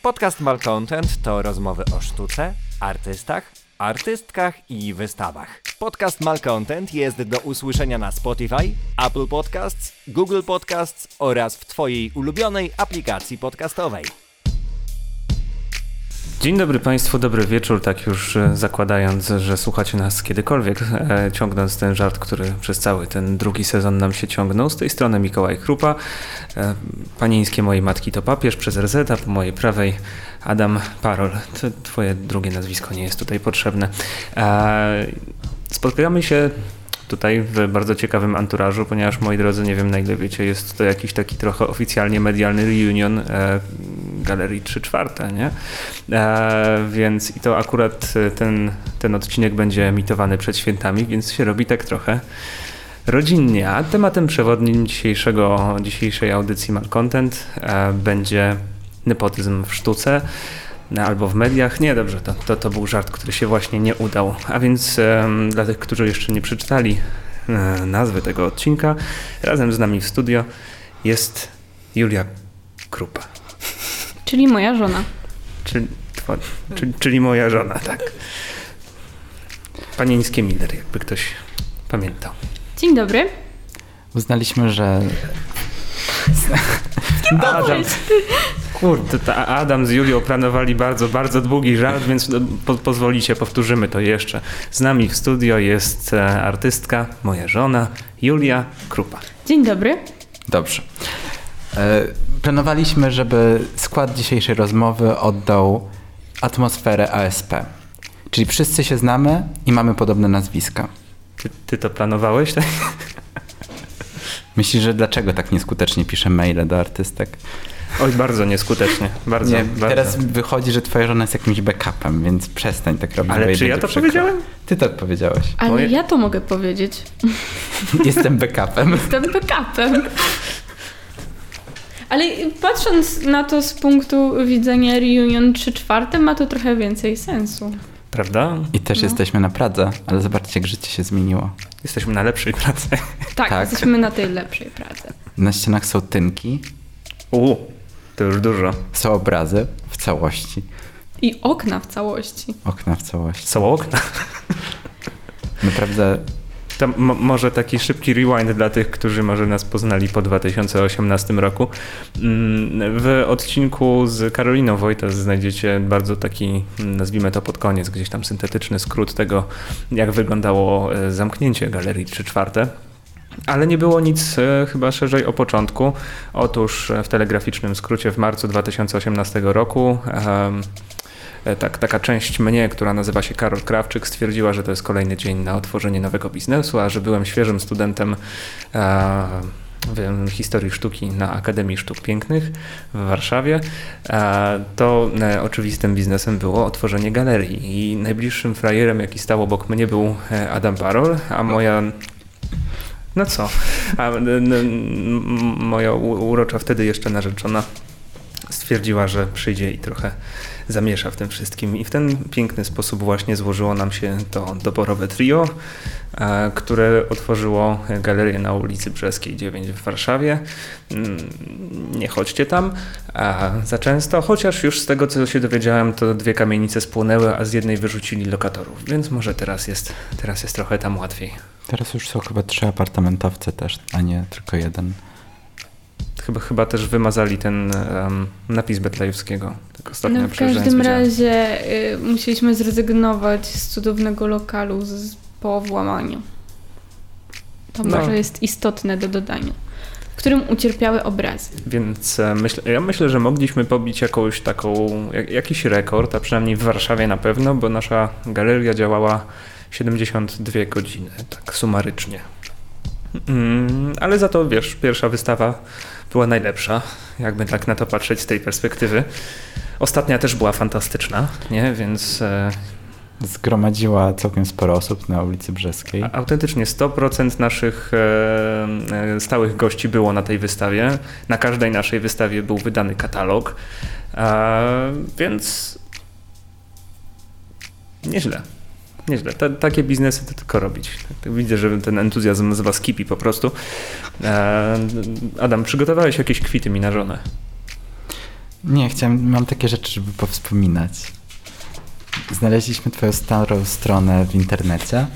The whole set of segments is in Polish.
Podcast Malcontent to rozmowy o sztuce, artystach, artystkach i wystawach. Podcast Malcontent jest do usłyszenia na Spotify, Apple Podcasts, Google Podcasts oraz w Twojej ulubionej aplikacji podcastowej. Dzień dobry Państwu, dobry wieczór, tak już zakładając, że słuchacie nas kiedykolwiek, ciągnąc ten żart, który przez cały ten drugi sezon nam się ciągnął. Z tej strony Mikołaj Krupa, panieńskie mojej matki to papież przez RZ, a po mojej prawej Adam Parol. Twoje drugie nazwisko nie jest tutaj potrzebne. Spotykamy się tutaj w bardzo ciekawym anturażu, ponieważ, moi drodzy, nie wiem na ile wiecie, jest to jakiś taki trochę oficjalnie medialny reunion Galerii 3/4, nie? Więc i to akurat ten odcinek będzie emitowany przed świętami, więc się robi tak trochę rodzinnie. A tematem przewodnim dzisiejszej audycji Malcontent będzie nepotyzm w sztuce albo w mediach. Nie, dobrze, to był żart, który się właśnie nie udał. A więc dla tych, którzy jeszcze nie przeczytali nazwy tego odcinka, razem z nami w studio jest Julia Krupa. Czyli moja żona. Czyli moja żona, tak. Panieńskie Miller, jakby ktoś pamiętał. Dzień dobry. Uznaliśmy, że... Adam z Julią planowali bardzo, bardzo długi żart, więc pozwolicie, powtórzymy to jeszcze. Z nami w studio jest artystka, moja żona, Julia Krupa. Dzień dobry. Dobrze. Planowaliśmy, żeby skład dzisiejszej rozmowy oddał atmosferę ASP. Czyli wszyscy się znamy i mamy podobne nazwiska. Ty to planowałeś, tak? Myślisz, że dlaczego tak nieskutecznie piszę maile do artystek? Oj, bardzo nieskutecznie. Bardzo. Teraz wychodzi, że twoja żona jest jakimś backupem, więc przestań tak robić. Ale czy ja to powiedziałem? Ty to powiedziałeś. Ale ja to mogę powiedzieć. Jestem backupem. Jestem backupem. Ale patrząc na to z punktu widzenia Reunion 3/4, ma to trochę więcej sensu. Prawda? I też jesteśmy na Pradze, ale zobaczcie, jak życie się zmieniło. Jesteśmy na lepszej pracy. Tak, jesteśmy na tej lepszej pracy. Na ścianach są tynki. To już dużo. Są obrazy w całości. I okna w całości. Okna w całości. Są okna? Naprawdę... To może taki szybki rewind dla tych, którzy może nas poznali po 2018 roku. W odcinku z Karoliną Wojtas znajdziecie bardzo taki, nazwijmy to pod koniec, gdzieś tam syntetyczny skrót tego, jak wyglądało zamknięcie Galerii 3/4. Ale nie było nic chyba szerzej o początku. Otóż w telegraficznym skrócie w marcu 2018 roku taka część mnie, która nazywa się Karol Krawczyk, stwierdziła, że to jest kolejny dzień na otworzenie nowego biznesu, a że byłem świeżym studentem w historii sztuki na Akademii Sztuk Pięknych w Warszawie, to oczywistym biznesem było otworzenie galerii. I najbliższym frajerem, jaki stał obok mnie, był Adam Parol, a moja... No co? Moja urocza wtedy jeszcze narzeczona stwierdziła, że przyjdzie i trochę zamiesza w tym wszystkim. I w ten piękny sposób właśnie złożyło nam się to doborowe trio, które otworzyło galerię na ulicy Brzeskiej 9 w Warszawie. Nie chodźcie tam za często, chociaż już z tego, co się dowiedziałem, to 2 kamienice spłonęły, a z jednej wyrzucili lokatorów, więc może teraz jest trochę tam łatwiej. Teraz już są chyba 3 apartamentowce też, a nie tylko 1. Chyba też wymazali ten napis Betlejewskiego. Tak ostatnio w każdym razie musieliśmy zrezygnować z cudownego lokalu po włamaniu. To może jest istotne do dodania, w którym ucierpiały obrazy. Więc myślę, że mogliśmy pobić jakiś rekord, a przynajmniej w Warszawie na pewno, bo nasza galeria działała 72 godziny, tak sumarycznie. Ale za to, wiesz, pierwsza wystawa była najlepsza, jakby tak na to patrzeć z tej perspektywy. Ostatnia też była fantastyczna, nie? Więc... Zgromadziła całkiem sporo osób na ulicy Brzeskiej. Autentycznie 100% naszych stałych gości było na tej wystawie. Na każdej naszej wystawie był wydany katalog, więc nieźle. Nieźle. Takie biznesy to tylko robić. Widzę, że ten entuzjazm z was kipi po prostu. Adam, przygotowałeś jakieś kwity mi na żonę? Nie, mam takie rzeczy, żeby powspominać. Znaleźliśmy twoją starą stronę w internecie,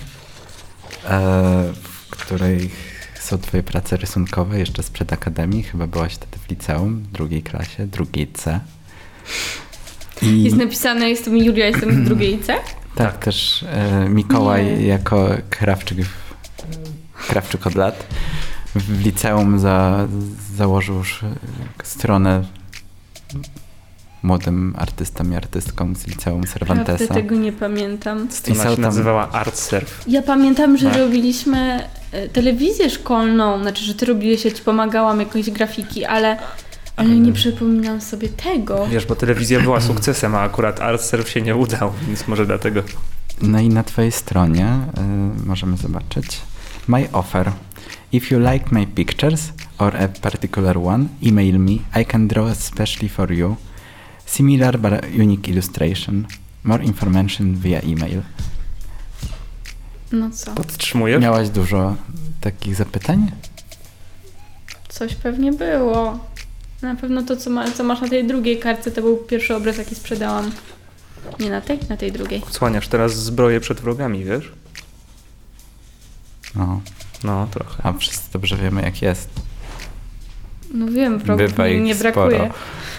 w której są twoje prace rysunkowe jeszcze sprzed akademii. Chyba byłaś wtedy w liceum, w drugiej klasie, drugiej C. Jest napisane, jestem Julia, jestem w drugiej C? Tak, też Mikołaj jako krawczyk od lat w liceum założył już stronę młodym artystom i artystkom z liceum Cervantesa. Prawda, tego nie pamiętam. Strona się nazywała ArtServe. Ja pamiętam, że robiliśmy telewizję szkolną, znaczy, że ty robiłeś, ja ci pomagałam jakoś grafiki, ale nie przypominam sobie tego. Wiesz, bo telewizja była sukcesem, a akurat ArtServe się nie udał, więc może dlatego. No i na twojej stronie możemy zobaczyć My offer. If you like my pictures or a particular one, email me. I can draw especially for you. Similar but unique illustration. More information via email. No co? Podtrzymujesz? Miałaś dużo takich zapytań? Coś pewnie było. Na pewno to, co masz na tej drugiej kartce, to był pierwszy obraz, jaki sprzedałam. Nie na tej drugiej. Odsłaniasz teraz zbroję przed wrogami, wiesz? No, trochę. A wszyscy dobrze wiemy, jak jest. No wiem, wrogów Bywa mi nie brakuje. Sporo.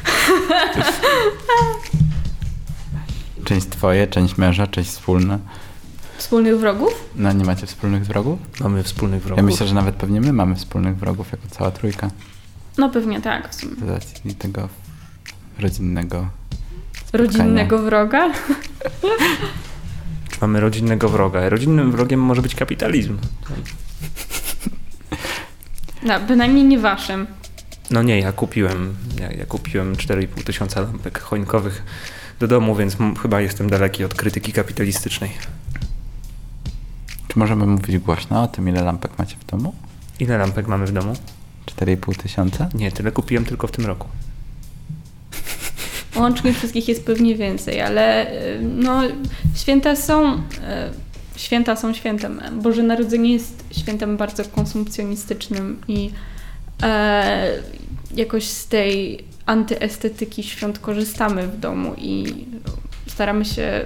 Część twoje, część męża, część wspólna. Wspólnych wrogów? No, nie macie wspólnych wrogów? Mamy wspólnych wrogów. Ja myślę, że nawet pewnie my mamy wspólnych wrogów, jako cała trójka. No pewnie tak, w sumie. Z racji tego rodzinnego Rodzinnego wroga? Czy mamy rodzinnego wroga? Rodzinnym wrogiem może być kapitalizm. No, bynajmniej nie waszym. No nie, ja kupiłem 4,5 tysiąca lampek choinkowych do domu, więc chyba jestem daleki od krytyki kapitalistycznej. Czy możemy mówić głośno o tym, ile lampek macie w domu? Ile lampek mamy w domu? 4,5 tysiąca? Nie, tyle kupiłem tylko w tym roku. Łącznie wszystkich jest pewnie więcej, ale no święta są świętem. Boże Narodzenie jest świętem bardzo konsumpcjonistycznym i jakoś z tej antyestetyki świąt korzystamy w domu i staramy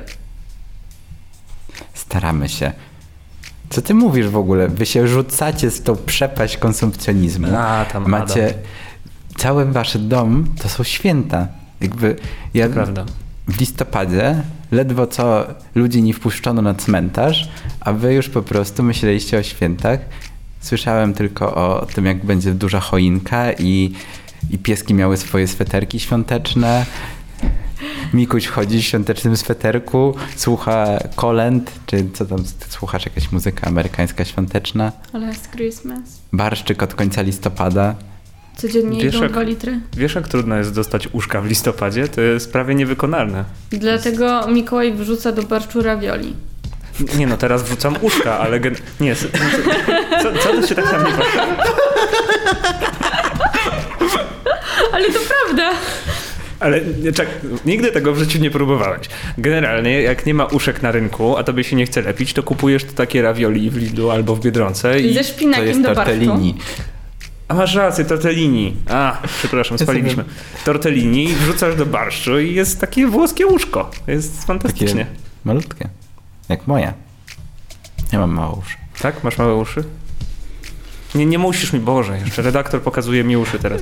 się. Co ty mówisz w ogóle? Wy się rzucacie z tą przepaść konsumpcjonizmu. Macie cały wasz dom, to są święta. Jakby Prawda. W listopadzie ledwo co ludzi nie wpuszczono na cmentarz, a wy już po prostu myśleliście o świętach. Słyszałem tylko o tym, jak będzie duża choinka i pieski miały swoje sweterki świąteczne. Mikuś chodzi w świątecznym sweterku, słucha kolęd, czy co tam, słuchasz, jakaś muzyka amerykańska świąteczna. Last Christmas. Barszczyk od końca listopada. Codziennie idą 2 litry. Wiesz, jak trudno jest dostać uszka w listopadzie? To jest prawie niewykonalne. Dlatego Mikołaj wrzuca do barszczu ravioli. Nie no, teraz wrzucam uszka, ale... Nie, co ty się tak na mnie patrzy? Ale to prawda. Ale nigdy tego w życiu nie próbowałeś. Generalnie, jak nie ma uszek na rynku, a tobie się nie chce lepić, to kupujesz takie ravioli w Lidlu albo w Biedronce. Ze szpinakiem do barszczu. A masz rację, tortellini. Przepraszam, spaliliśmy. Tortellini i wrzucasz do barszczu i jest takie włoskie łóżko. Jest fantastycznie. Takie malutkie. Jak moje. Ja mam małe uszy. Tak? Masz małe uszy? Nie musisz mi, Boże, jeszcze redaktor pokazuje mi uszy teraz.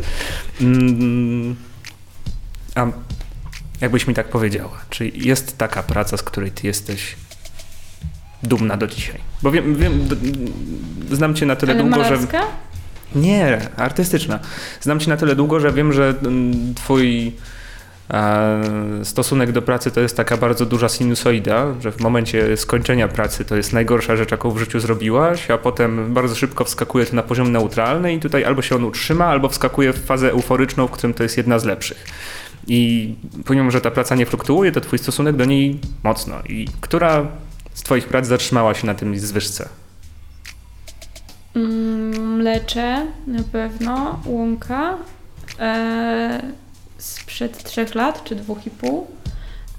A jakbyś mi tak powiedziała, czy jest taka praca, z której ty jesteś dumna do dzisiaj? Bo wiem, znam cię na tyle długo, malarska? że... Nie, artystyczna. Znam cię na tyle długo, że wiem, że twój stosunek do pracy to jest taka bardzo duża sinusoida, że w momencie skończenia pracy to jest najgorsza rzecz, jaką w życiu zrobiłaś, a potem bardzo szybko wskakuje to na poziom neutralny i tutaj albo się on utrzyma, albo wskakuje w fazę euforyczną, w którym to jest jedna z lepszych. I pomimo, że ta praca nie fluktuuje, to twój stosunek do niej mocno. I która z twoich prac zatrzymała się na tym zwyżce? Mlecze na pewno, Łąka sprzed 3 lat czy 2,5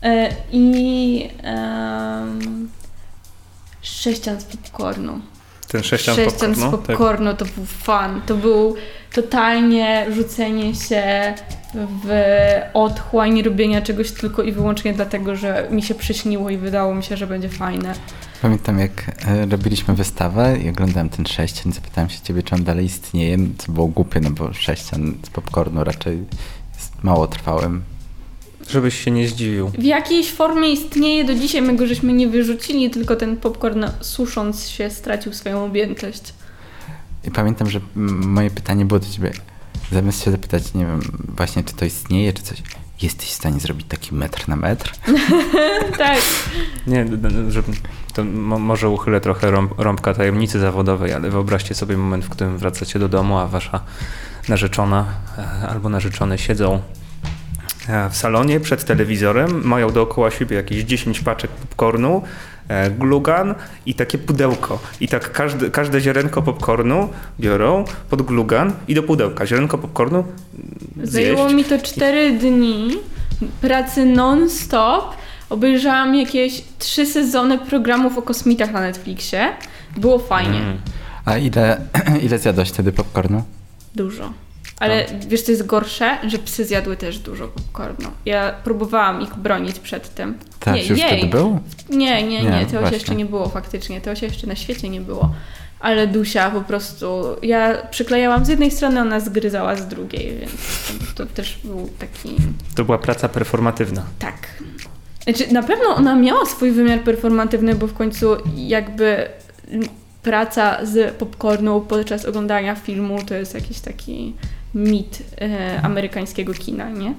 i sześcian z popcornu. Ten sześcian z popcornu to był fan. To był totalnie rzucenie się w otchłań robienia czegoś tylko i wyłącznie dlatego, że mi się przyśniło i wydało mi się, że będzie fajne. Pamiętam, jak robiliśmy wystawę i oglądałem ten sześcian, zapytałem się ciebie, czy on dalej istnieje, co było głupie, no bo sześcian z popcornu raczej jest mało trwałym. Żebyś się nie zdziwił. W jakiejś formie istnieje do dzisiaj, my go żeśmy nie wyrzucili, tylko ten popcorn susząc się stracił swoją objętość. I pamiętam, że moje pytanie było do ciebie, zamiast się zapytać, nie wiem, właśnie czy to istnieje, czy coś, jesteś w stanie zrobić taki metr na metr? Tak. Nie, że to może uchylę trochę rąbka tajemnicy zawodowej, ale wyobraźcie sobie moment, w którym wracacie do domu, a wasza narzeczona albo narzeczony siedzą w salonie przed telewizorem, mają dookoła siebie jakieś 10 paczek popcornu, glugan i takie pudełko. I tak każde ziarenko popcornu biorą pod glugan i do pudełka. Ziarenko popcornu Zajęło mi to 4 dni pracy non-stop. Obejrzałam jakieś 3 sezony programów o kosmitach na Netflixie. Było fajnie. A ile zjadłaś wtedy popcornu? Dużo. Ale wiesz, co jest gorsze? Że psy zjadły też dużo popcornu. Ja próbowałam ich bronić przed tym. Tak, już wtedy był? Nie. Tego się jeszcze nie było faktycznie. Tego się jeszcze na świecie nie było. Ale Dusia po prostu... Ja przyklejałam z jednej strony, ona zgryzała z drugiej, więc to też był taki... To była praca performatywna. Tak. Znaczy, na pewno ona miała swój wymiar performatywny, bo w końcu jakby praca z popcornu podczas oglądania filmu to jest jakiś taki mit amerykańskiego kina, nie?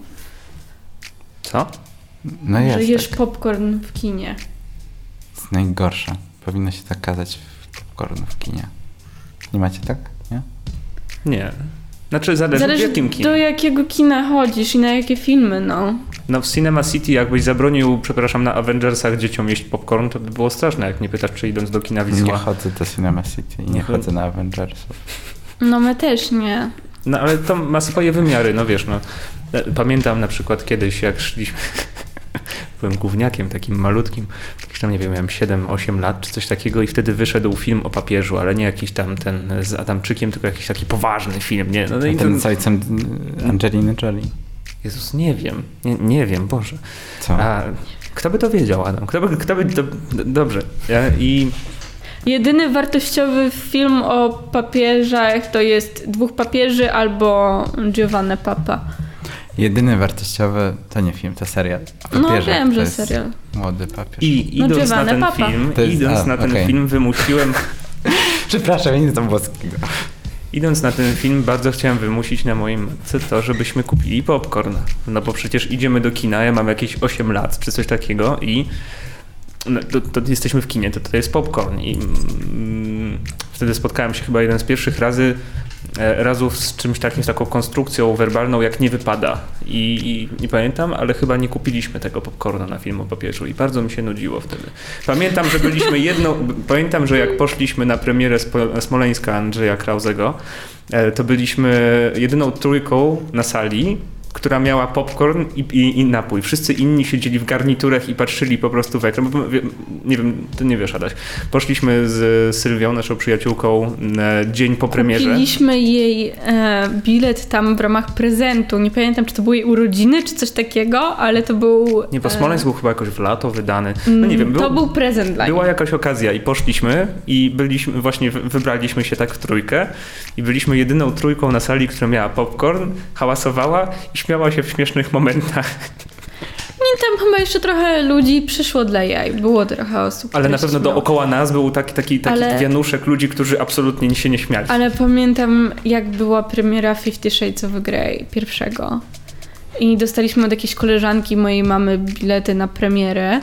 Co? No jest. Że jesz tak. popcorn w kinie. To jest najgorsze. Powinno się tak kazać w popcorn w kinie. Nie macie tak? Nie? Nie. Znaczy zależy w jakim kinie. Do jakiego kina chodzisz i na jakie filmy, no. No w Cinema City jakbyś zabronił, na Avengersach dzieciom jeść popcorn, to by było straszne, jak nie pytasz, czy idąc do kina Wisła. Nie chodzę do Cinema City i nie chodzę na Avengersów. No my też nie. No ale to ma swoje wymiary, no wiesz, no. Pamiętam na przykład kiedyś, jak szliśmy, byłem gówniakiem takim malutkim, jakiś tam, nie wiem, miałem 7-8 lat czy coś takiego i wtedy wyszedł film o papieżu, ale nie jakiś tam ten z Adamczykiem, tylko jakiś taki poważny film, nie? No, a ten z ojcem Angeliny Jolie. Jezus, nie wiem, nie wiem, Boże. Co? A kto by to wiedział, Adam? Kto by to... Dobrze. I... Jedyny wartościowy film o papieżach to jest 2 papieży albo Giovanni Papa. Jedyny wartościowy to nie film, to serial. No wiem, że serial. Młody papież. I idąc na ten Papa. film, film wymusiłem... Przepraszam, nie znam włoskiego. Idąc na ten film, bardzo chciałem wymusić na moim matce to, żebyśmy kupili popcorn. No bo przecież idziemy do kina, ja mam jakieś 8 lat czy coś takiego i no, to jesteśmy w kinie, to jest popcorn. I wtedy spotkałem się chyba jeden z pierwszych razów z czymś takim, z taką konstrukcją werbalną, jak nie wypada. I nie pamiętam, ale chyba nie kupiliśmy tego popcornu na film o papieżu i bardzo mi się nudziło wtedy. Pamiętam, że pamiętam, że jak poszliśmy na premierę Smoleńska Andrzeja Krauzego, to byliśmy jedyną trójką na sali, która miała popcorn i napój. Wszyscy inni siedzieli w garniturach i patrzyli po prostu w ekran. Nie wiem, ty nie wiesz, Adaś. Poszliśmy z Sylwią, naszą przyjaciółką, dzień po premierze. Kupiliśmy jej bilet tam w ramach prezentu. Nie pamiętam, czy to były jej urodziny, czy coś takiego, ale to był... Nie, bo Smoleńsk był chyba jakoś w lato wydany. No nie wiem. To był prezent dla niej. Była jakaś okazja i poszliśmy i właśnie wybraliśmy się tak w trójkę i byliśmy jedyną trójką na sali, która miała popcorn, hałasowała i śmiała się w śmiesznych momentach. Nie, tam chyba jeszcze trochę ludzi przyszło dla jaj. Było trochę osób. Ale na pewno dookoła nas był taki wianuszek ludzi, którzy absolutnie się nie śmiali. Ale pamiętam, jak była premiera 50 Shades of Grey pierwszego. I dostaliśmy od jakiejś koleżanki mojej mamy bilety na premierę.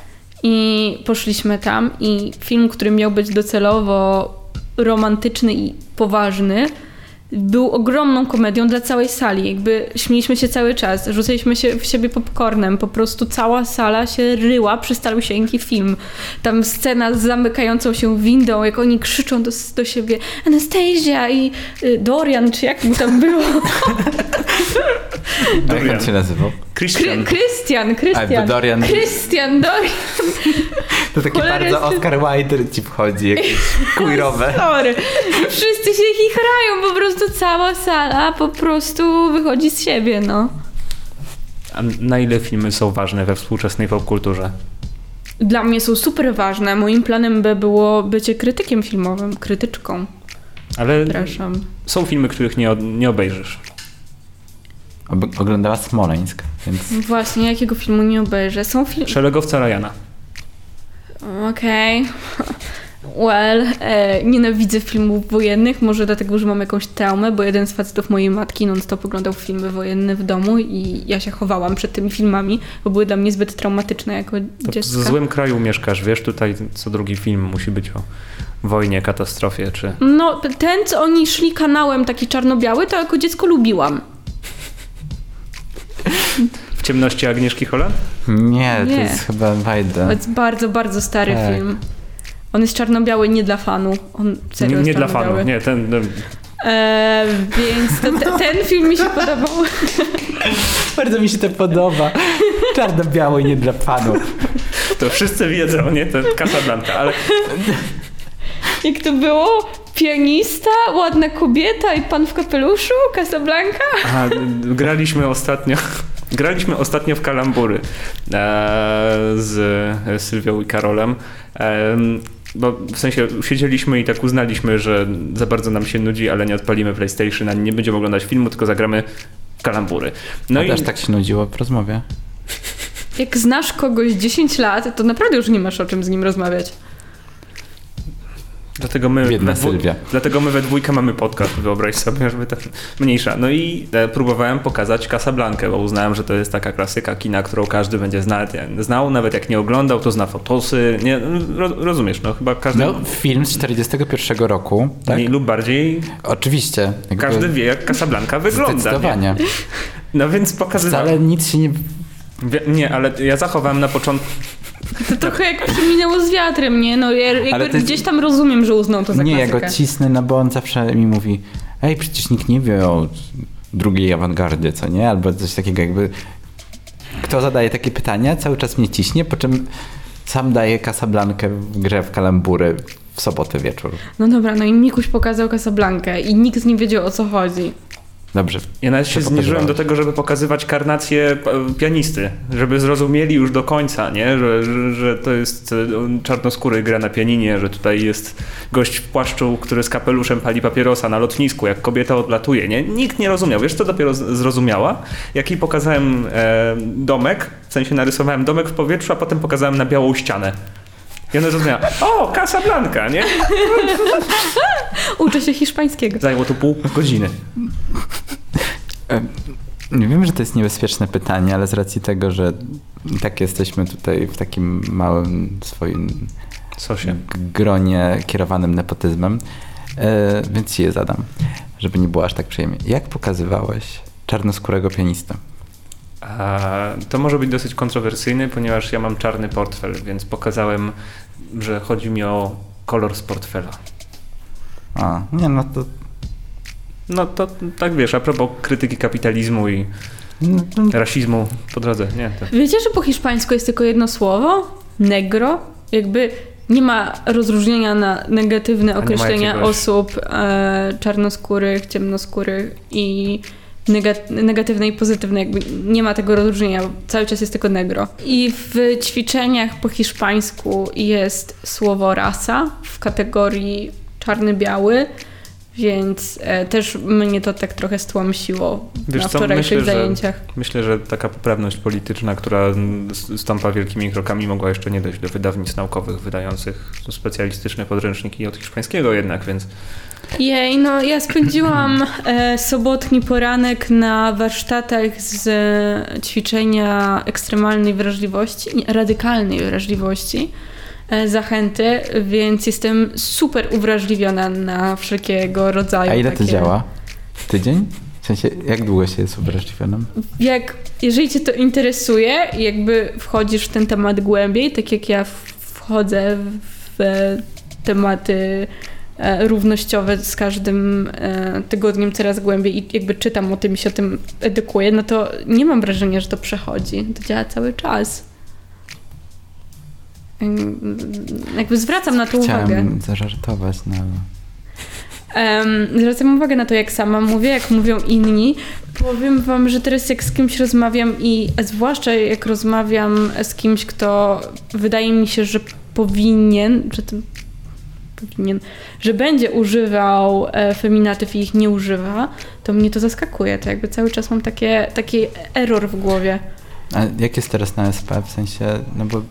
I poszliśmy tam i film, który miał być docelowo romantyczny i poważny, był ogromną komedią dla całej sali. Jakby śmieliśmy się cały czas, rzucaliśmy się w siebie popcornem, po prostu cała sala się ryła, przystalusieńki film. Tam scena z zamykającą się windą, jak oni krzyczą do siebie Anastasia i Dorian, czy jak mu tam było. Jak on się nazywał? Christian. Krystian. Dorian. Krystian, Dorian. To taki bardzo Oscar Wilde ci wchodzi, jakieś queerowe. Sorry. I wszyscy się chichrają, po prostu cała sala po prostu wychodzi z siebie, no. A na ile filmy są ważne we współczesnej popkulturze? Dla mnie są super ważne. Moim planem by było bycie krytykiem filmowym, krytyczką. Ale Przepraszam. są filmy, których nie obejrzysz. Oglądała Smoleńsk, więc... Właśnie, jakiego filmu nie obejrzę? Są filmy... Szeregowca Ryana. Okej. Well, nienawidzę filmów wojennych, może dlatego, że mam jakąś traumę, bo jeden z facetów mojej matki non-stop oglądał filmy wojenne w domu i ja się chowałam przed tymi filmami, bo były dla mnie zbyt traumatyczne jako dziecko. W złym kraju mieszkasz, wiesz, tutaj co drugi film musi być o wojnie, katastrofie, czy... No, ten, co oni szli kanałem taki czarno-biały, to jako dziecko lubiłam. W ciemności Agnieszki Holland? Nie, to jest chyba Wajda. To jest bardzo, bardzo stary Tak. film. On jest czarno-biały nie dla fanu. On serio Nie jest dla fanów, czarno-biały. nie, ten... Więc ten film mi się podobał. Bardzo mi się to podoba. Czarno-biały, nie dla panów. To wszyscy wiedzą, nie? To Casablanca, ale... Jak to było? Pianista, ładna kobieta i pan w kapeluszu? Casablanca? Aha, graliśmy ostatnio w kalambury z Sylwią i Karolem. Bo w sensie siedzieliśmy i tak uznaliśmy, że za bardzo nam się nudzi, ale nie odpalimy PlayStation, ani nie będziemy oglądać filmu, tylko zagramy w kalambury. No i aż tak się nudziło w rozmowie. Jak znasz kogoś 10 lat, to naprawdę już nie masz o czym z nim rozmawiać. Dlatego my we dwójkę mamy podcast, wyobraź sobie, żeby tak mniejsza. No i próbowałem pokazać Casablankę, bo uznałem, że to jest taka klasyka kina, którą każdy będzie znał, nawet jak nie oglądał, to zna fotosy. Nie, rozumiesz, no chyba każdy... No, film z 41 roku, tak? Mniej lub bardziej... Oczywiście. Każdy wie, jak Casablanca wygląda. Zdecydowanie. Nie? No więc pokazywałem... Wcale nic się nie... Nie, ale ja zachowałem na początku... To trochę jak przeminęło z wiatrem, nie? No gdzieś tam rozumiem, że uznał to za klasykę. Nie, ja go cisnę, no bo on zawsze mi mówi przecież nikt nie wie o drugiej awangardzie, co nie? Albo coś takiego jakby... Kto zadaje takie pytania, cały czas mnie ciśnie, po czym sam daje Casablankę w grę w kalambury w sobotę wieczór. No dobra, no i Mikuś pokazał Casablankę i nikt nie wiedział, o co chodzi. Dobrze. Ja nawet się zniżyłem do tego, żeby pokazywać karnację pianisty, żeby zrozumieli już do końca, nie? Że to jest czarnoskóry gra na pianinie, że tutaj jest gość w płaszczu, który z kapeluszem pali papierosa na lotnisku, jak kobieta odlatuje, nie? Nikt nie rozumiał. Wiesz, co dopiero zrozumiała? Jak jej pokazałem domek, w sensie narysowałem domek w powietrzu, a potem pokazałem na białą ścianę. I ona zrozumiała, o, Casablanca, nie? Uczę się hiszpańskiego. Zajęło to pół godziny. Nie wiem, że to jest niebezpieczne pytanie, ale z racji tego, że tak jesteśmy tutaj w takim małym swoim gronie kierowanym nepotyzmem, więc ci je zadam, żeby nie było aż tak przyjemnie. Jak pokazywałeś czarnoskórego pianistę? To może być dosyć kontrowersyjny, ponieważ ja mam czarny portfel, więc pokazałem, że chodzi mi o kolor z portfela. No to tak wiesz, a propos krytyki kapitalizmu i rasizmu po drodze, nie? To... Wiecie, że po hiszpańsku jest tylko jedno słowo? Negro? Jakby nie ma rozróżnienia na negatywne określenia osób czarnoskórych, ciemnoskórych i negatywne i pozytywne. Jakby nie ma tego rozróżnienia. Cały czas jest tylko negro. I w ćwiczeniach po hiszpańsku jest słowo rasa w kategorii czarny-biały, więc też mnie to tak trochę stłamsiło na wczorajszych zajęciach. Myślę, że taka poprawność polityczna, która stąpa wielkimi krokami, mogła jeszcze nie dojść do wydawnictw naukowych wydających specjalistyczne podręczniki od hiszpańskiego jednak, więc... Jej, no ja spędziłam sobotni poranek na warsztatach z ćwiczenia ekstremalnej wrażliwości, radykalnej wrażliwości, zachęty, więc jestem super uwrażliwiona na wszelkiego rodzaju. A ile to działa? Tydzień? W sensie, jak długo się jest uwrażliwioną? Jeżeli cię to interesuje i jakby wchodzisz w ten temat głębiej, tak jak ja wchodzę w tematy równościowe z każdym tygodniem coraz głębiej i jakby czytam o tym i się o tym edukuję, no to nie mam wrażenia, że to przechodzi. To działa cały czas. Jakby zwracam na to uwagę. Chciałam zażartować, no ale... Zwracam uwagę na to, jak sama mówię, jak mówią inni. Powiem wam, że teraz jak z kimś rozmawiam a zwłaszcza jak rozmawiam z kimś, kto wydaje mi się, że że będzie używał feminatyw i ich nie używa, to mnie to zaskakuje. To jakby cały czas mam taki error w głowie. A jak jest teraz na SP? W sensie, no bo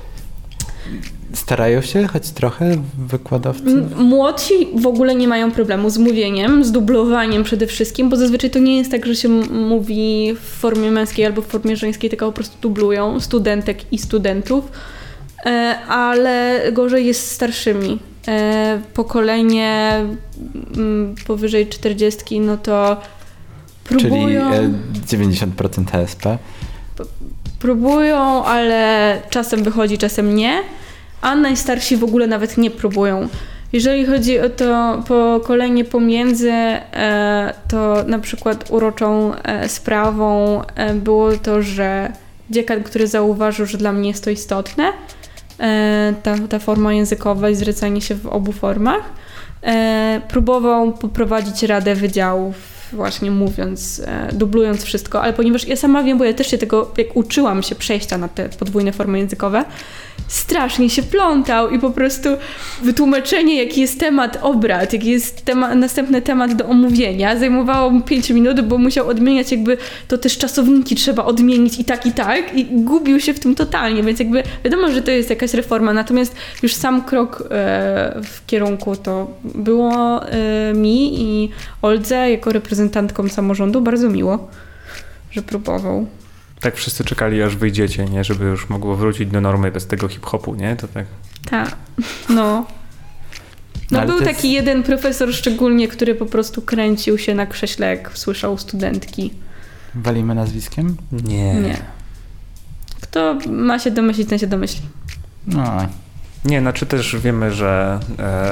starają się choć trochę wykładowcy? Młodsi w ogóle nie mają problemu z mówieniem, z dublowaniem przede wszystkim, bo zazwyczaj to nie jest tak, że się mówi w formie męskiej albo w formie żeńskiej, tylko po prostu dublują studentek i studentów, ale gorzej jest z starszymi. Pokolenie powyżej 40, no to próbują... Czyli 90% ASP? Próbują, ale czasem wychodzi, czasem nie, a najstarsi w ogóle nawet nie próbują. Jeżeli chodzi o to pokolenie pomiędzy, to na przykład uroczą sprawą było to, że dziekan, który zauważył, że dla mnie jest to istotne, ta forma językowa i zwracanie się w obu formach, próbował poprowadzić radę wydziałów, właśnie mówiąc, dublując wszystko, ale ponieważ ja sama wiem, bo ja też się tego, jak uczyłam się przejścia na te podwójne formy językowe, strasznie się plątał i po prostu wytłumaczenie, jaki jest temat obrad, jaki jest następny temat do omówienia, zajmowało mu 5 minut, bo musiał odmieniać jakby to też czasowniki trzeba odmienić i tak i gubił się w tym totalnie, więc jakby wiadomo, że to jest jakaś reforma, natomiast już sam krok w kierunku to było mi i Oldze jako reprezentantkom samorządu bardzo miło, że próbował. Tak wszyscy czekali, aż wyjdziecie, nie? Żeby już mogło wrócić do normy bez tego hip-hopu, nie? To tak. Tak, no. No był taki jeden profesor szczególnie, który po prostu kręcił się na krześle, jak słyszał studentki. Walimy nazwiskiem? Nie. Kto ma się domyślić, ten się domyśli. No. Nie, znaczy też wiemy, że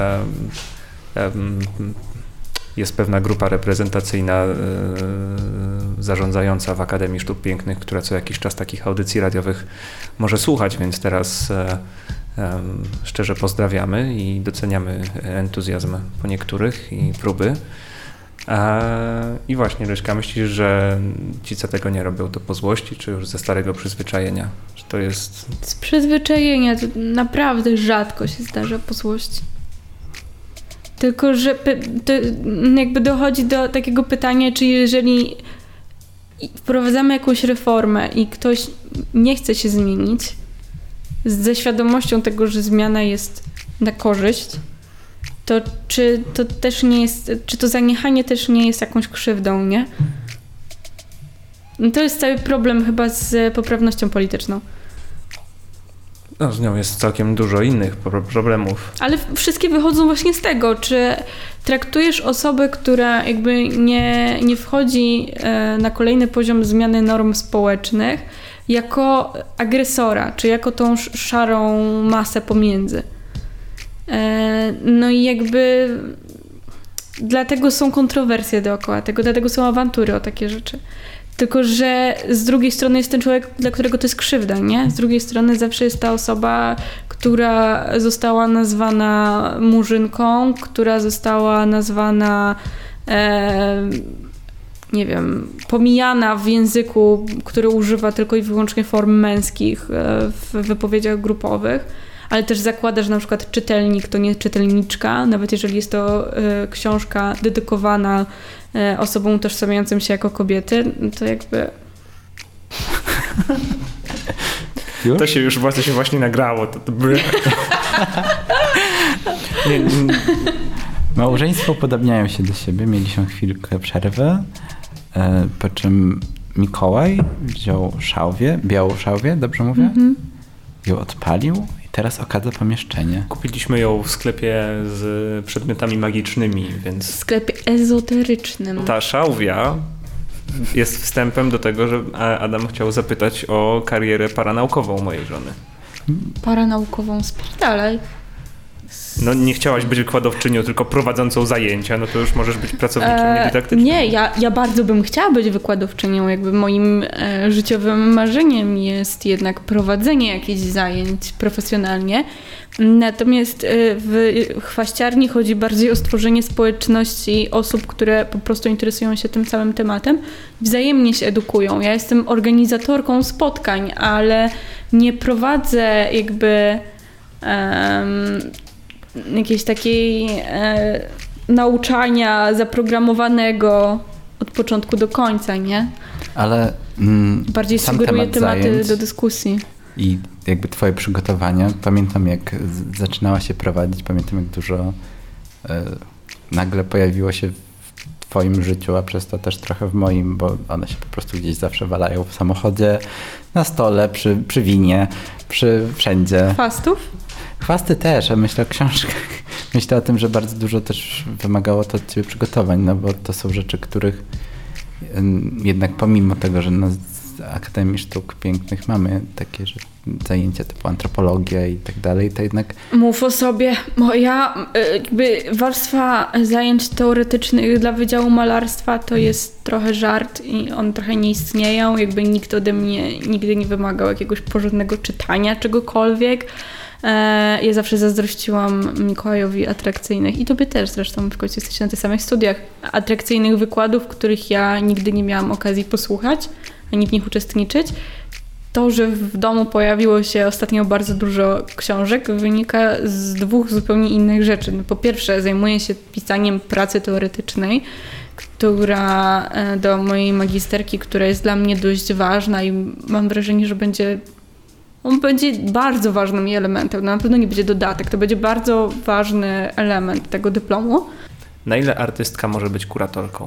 jest pewna grupa reprezentacyjna zarządzająca w Akademii Sztuk Pięknych, która co jakiś czas takich audycji radiowych może słuchać, więc teraz szczerze pozdrawiamy i doceniamy entuzjazm po niektórych i próby. I właśnie, Ryśka, myślisz, że ci, co tego nie robią, to po złości, czy już ze starego przyzwyczajenia? Że to jest... Z przyzwyczajenia to naprawdę rzadko się zdarza po złości. Tylko, że to jakby dochodzi do takiego pytania, czy jeżeli wprowadzamy jakąś reformę i ktoś nie chce się zmienić, ze świadomością tego, że zmiana jest na korzyść, to czy to też nie jest, czy to zaniechanie też nie jest jakąś krzywdą, nie? No to jest cały problem chyba z poprawnością polityczną. No, z nią jest całkiem dużo innych problemów. Ale wszystkie wychodzą właśnie z tego, czy traktujesz osobę, która jakby nie wchodzi na kolejny poziom zmiany norm społecznych jako agresora, czy jako tą szarą masę pomiędzy. No i jakby dlatego są kontrowersje dookoła tego, dlatego są awantury o takie rzeczy. Tylko, że z drugiej strony jest ten człowiek, dla którego to jest krzywda, nie? Z drugiej strony zawsze jest ta osoba, która została nazwana murzynką, która została nazwana, nie wiem, pomijana w języku, który używa tylko i wyłącznie form męskich w wypowiedziach grupowych, ale też zakłada, że na przykład czytelnik to nie czytelniczka, nawet jeżeli jest to książka dedykowana osobom utożsamiającym się jako kobiety, to jakby... To się już właśnie nagrało. To... Małżeństwo podobniają się do siebie. Mieliśmy chwilkę przerwy, po czym Mikołaj wziął szałwię, białą szałwię, dobrze mówię? Mhm. Ją odpalił. Teraz okazja pomieszczenie. Kupiliśmy ją w sklepie z przedmiotami magicznymi, więc... W sklepie ezoterycznym. Ta szałwia jest wstępem do tego, że Adam chciał zapytać o karierę paranaukową mojej żony. Paranaukową? Spierdalaj. No nie chciałaś być wykładowczynią, tylko prowadzącą zajęcia, no to już możesz być pracownikiem niedydaktycznym. Nie, ja bardzo bym chciała być wykładowczynią. Jakby moim życiowym marzeniem jest jednak prowadzenie jakichś zajęć profesjonalnie. Natomiast w chwaściarni chodzi bardziej o stworzenie społeczności osób, które po prostu interesują się tym całym tematem, wzajemnie się edukują. Ja jestem organizatorką spotkań, ale nie prowadzę jakby jakiejś takiej nauczania zaprogramowanego od początku do końca, nie? Ale bardziej sugeruję tematy do dyskusji. I jakby twoje przygotowania, pamiętam jak zaczynała się prowadzić, pamiętam jak dużo nagle pojawiło się w twoim życiu, a przez to też trochę w moim, bo one się po prostu gdzieś zawsze walają w samochodzie, na stole, przy winie, wszędzie. Chwastów? Chwasty też, a myślę o książkach. Myślę o tym, że bardzo dużo też wymagało to od ciebie przygotowań, no bo to są rzeczy, których jednak pomimo tego, że na Akademii Sztuk Pięknych mamy takie zajęcia typu antropologia i tak dalej, to jednak... Mów o sobie, bo jakby warstwa zajęć teoretycznych dla Wydziału Malarstwa to jest trochę żart i one trochę nie istnieją, jakby nikt ode mnie nigdy nie wymagał jakiegoś porządnego czytania czegokolwiek. Ja zawsze zazdrościłam Mikołajowi atrakcyjnych i tobie też zresztą, w końcu jesteście na tych samych studiach, atrakcyjnych wykładów, których ja nigdy nie miałam okazji posłuchać, ani w nich uczestniczyć. To, że w domu pojawiło się ostatnio bardzo dużo książek, wynika z dwóch zupełnie innych rzeczy. No, po pierwsze, zajmuję się pisaniem pracy teoretycznej, która do mojej magisterki, która jest dla mnie dość ważna i mam wrażenie, że on będzie bardzo ważnym elementem. No, na pewno nie będzie dodatek, to będzie bardzo ważny element tego dyplomu. Na ile artystka może być kuratorką?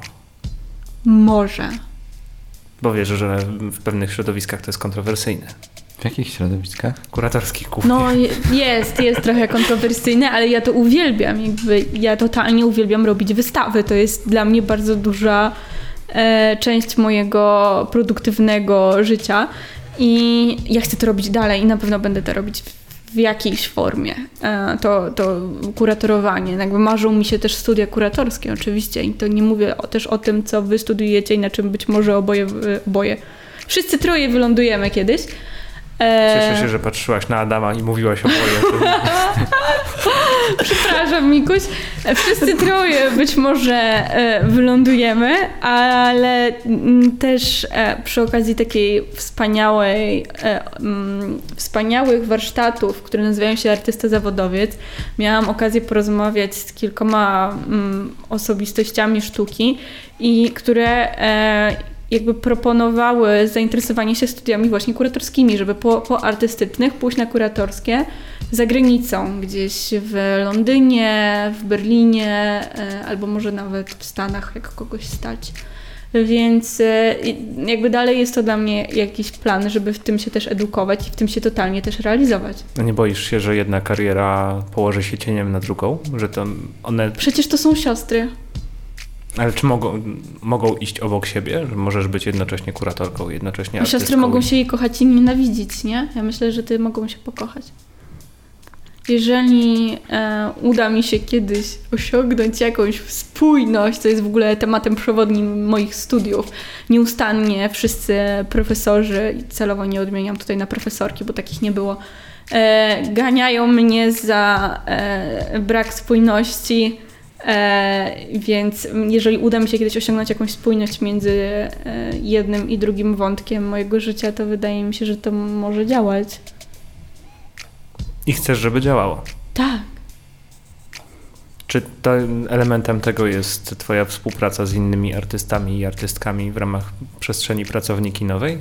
Może. Bo wiesz, że w pewnych środowiskach to jest kontrowersyjne. W jakich środowiskach? Kuratorskich głównie. No jest trochę kontrowersyjne, ale ja to uwielbiam. Ja totalnie uwielbiam robić wystawy. To jest dla mnie bardzo duża część mojego produktywnego życia. I ja chcę to robić dalej i na pewno będę to robić w jakiejś formie. To kuratorowanie. Jakby marzą mi się też studia kuratorskie oczywiście i to nie mówię też o tym, co wy studiujecie i na czym być może oboje. Wszyscy troje wylądujemy kiedyś. Cieszę się, że patrzyłaś na Adama i mówiłaś oboje. Przepraszam, Mikuś. Wszyscy troje być może wylądujemy, ale też przy okazji takiej wspaniałych warsztatów, które nazywają się Artysta Zawodowiec, miałam okazję porozmawiać z kilkoma osobistościami sztuki i które jakby proponowały zainteresowanie się studiami właśnie kuratorskimi, żeby po artystycznych pójść na kuratorskie za granicą, gdzieś w Londynie, w Berlinie, albo może nawet w Stanach, jak kogoś stać. Więc jakby dalej jest to dla mnie jakiś plan, żeby w tym się też edukować i w tym się totalnie też realizować. A nie boisz się, że jedna kariera położy się cieniem na drugą? Że to one... Przecież to są siostry. Ale czy mogą iść obok siebie? Że możesz być jednocześnie kuratorką, jednocześnie artystką? Siostry mogą się kochać i nienawidzić, nie? Ja myślę, że mogą się pokochać. Jeżeli uda mi się kiedyś osiągnąć jakąś spójność, co jest w ogóle tematem przewodnim moich studiów, nieustannie wszyscy profesorzy, i celowo nie odmieniam tutaj na profesorki, bo takich nie było, ganiają mnie za brak spójności. Więc jeżeli uda mi się kiedyś osiągnąć jakąś spójność między jednym i drugim wątkiem mojego życia, to wydaje mi się, że to może działać. I chcesz, żeby działało? Tak. Czy elementem tego jest twoja współpraca z innymi artystami i artystkami w ramach przestrzeni pracowniki nowej?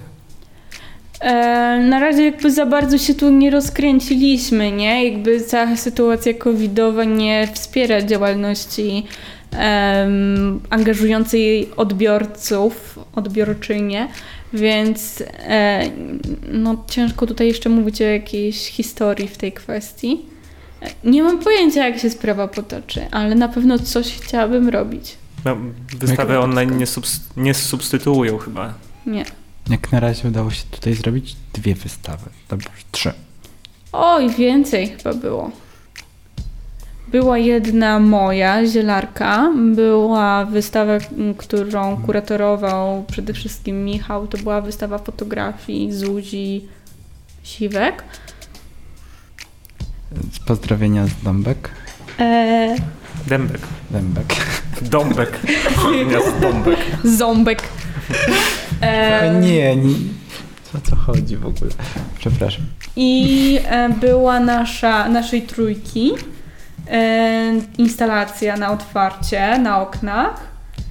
Na razie jakby za bardzo się tu nie rozkręciliśmy, nie? Jakby cała sytuacja covidowa nie wspiera działalności angażującej odbiorczynie, więc no ciężko tutaj jeszcze mówić o jakiejś historii w tej kwestii. Nie mam pojęcia, jak się sprawa potoczy, ale na pewno coś chciałabym robić. No, wystawy online nie substytuują chyba. Nie. Jak na razie udało się tutaj zrobić 2 wystawy, dobrze 3. Oj, więcej chyba było. Była jedna moja, Zielarka. Była wystawa, którą kuratorował przede wszystkim Michał. To była wystawa fotografii Zuzi Siwek. Pozdrowienia z Dąbek. Dębek. Dąbek. Dąbek. Ząbek. Nie. O co chodzi w ogóle? Przepraszam. I była naszej trójki instalacja na otwarcie, na oknach.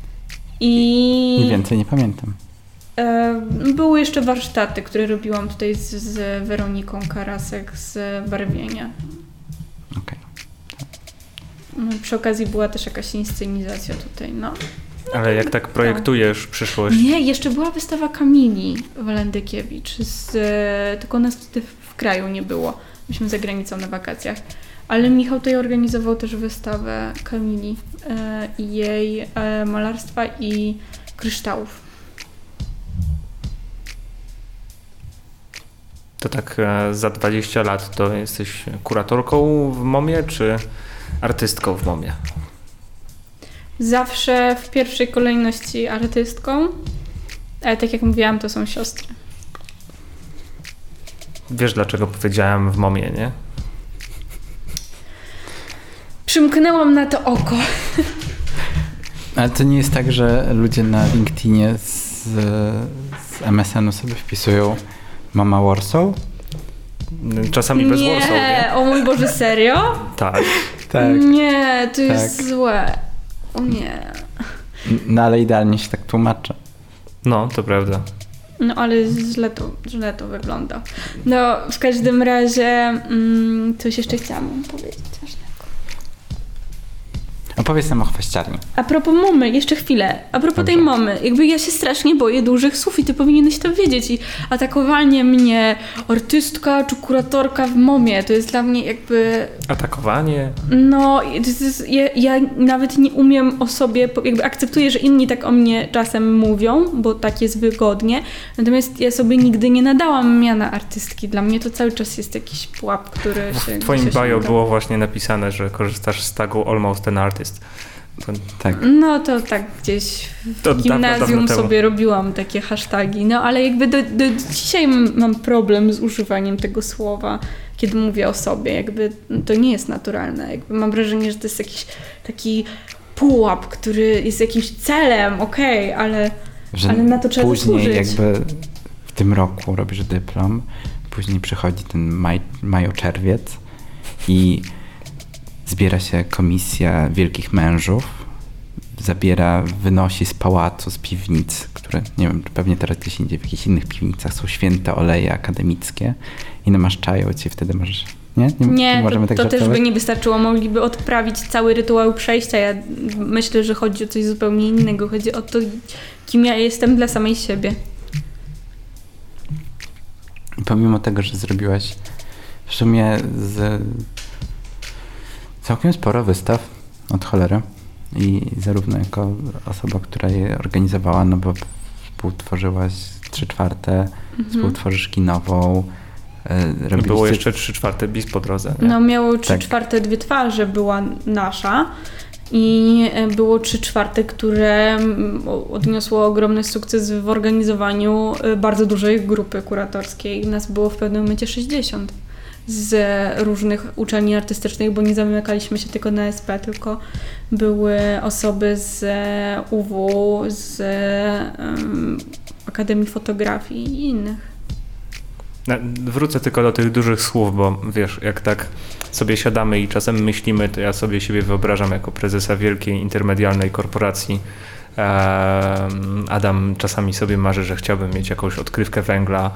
I więcej nie pamiętam. Były jeszcze warsztaty, które robiłam tutaj z Weroniką Karasek z barwienia. Okej. Przy okazji była też jakaś inscenizacja tutaj, no. Ale jak tak projektujesz przyszłość? Nie, jeszcze była wystawa Kamili Walendykiewicz, tylko nas tutaj w kraju nie było. Myśmy za granicą na wakacjach. Ale Michał tutaj organizował też wystawę Kamili i jej malarstwa i kryształów. To tak za 20 lat to jesteś kuratorką w MOMie, czy artystką w MOMie? Zawsze w pierwszej kolejności artystką, ale tak jak mówiłam, to są siostry. Wiesz, dlaczego powiedziałem w MOMie, nie? Przymknęłam na to oko. Ale to nie jest tak, że ludzie na LinkedInie z MSN-u sobie wpisują Mama Warsaw? Czasami bez Warsaw, nie? O mój Boże, serio? Tak. Nie, to jest złe. O nie. No ale idealnie się tak tłumaczę. No, to prawda. No ale źle to wygląda. No, w każdym razie coś jeszcze chciałam powiedzieć ważnego. Opowiedz nam o chwaściarni. A propos mamy, jeszcze chwilę. A propos tej mamy, jakby ja się strasznie boję dużych słów i ty powinieneś to wiedzieć. I atakowanie mnie artystka czy kuratorka w MOMie, to jest dla mnie jakby... Atakowanie? No, ja nawet nie umiem o sobie, jakby akceptuję, że inni tak o mnie czasem mówią, bo tak jest wygodnie. Natomiast ja sobie nigdy nie nadałam miana artystki. Dla mnie to cały czas jest jakiś pułap, który się... W twoim bio było właśnie napisane, że korzystasz z tagu Almost an Artist. Tak. No to tak gdzieś w gimnazjum sobie robiłam takie hashtagi, no ale jakby do dzisiaj mam problem z używaniem tego słowa, kiedy mówię o sobie, jakby to nie jest naturalne, jakby mam wrażenie, że to jest jakiś taki pułap, który jest jakimś celem, ale na to trzeba później zasłużyć. Jakby w tym roku robisz dyplom, później przychodzi ten majo-czerwiec i zbiera się komisja wielkich mężów, wynosi z pałacu, z piwnic, które, nie wiem, pewnie teraz gdzieś indziej, w jakichś innych piwnicach są święte oleje akademickie i namaszczają cię, wtedy możesz... Nie możemy tak żartować? Też by nie wystarczyło, mogliby odprawić cały rytuał przejścia. Ja myślę, że chodzi o coś zupełnie innego, chodzi o to, kim ja jestem dla samej siebie. Pomimo tego, że zrobiłaś w sumie całkiem sporo wystaw od cholery i zarówno jako osoba, która je organizowała, no bo współtworzyłaś 3/4, współtworzysz kinową. Było jeszcze 3/4 bis po drodze. Nie? No miało 3/4 Dwie twarze była nasza i było 3/4, które odniosło ogromny sukces w organizowaniu bardzo dużej grupy kuratorskiej. Nas było w pewnym momencie 60. Z różnych uczelni artystycznych, bo nie zamykaliśmy się tylko na SP, tylko były osoby z UW, z Akademii Fotografii i innych. Wrócę tylko do tych dużych słów, bo wiesz, jak tak sobie siadamy i czasem myślimy, to ja sobie siebie wyobrażam jako prezesa wielkiej intermedialnej korporacji. Adam czasami sobie marzy, że chciałbym mieć jakąś odkrywkę węgla.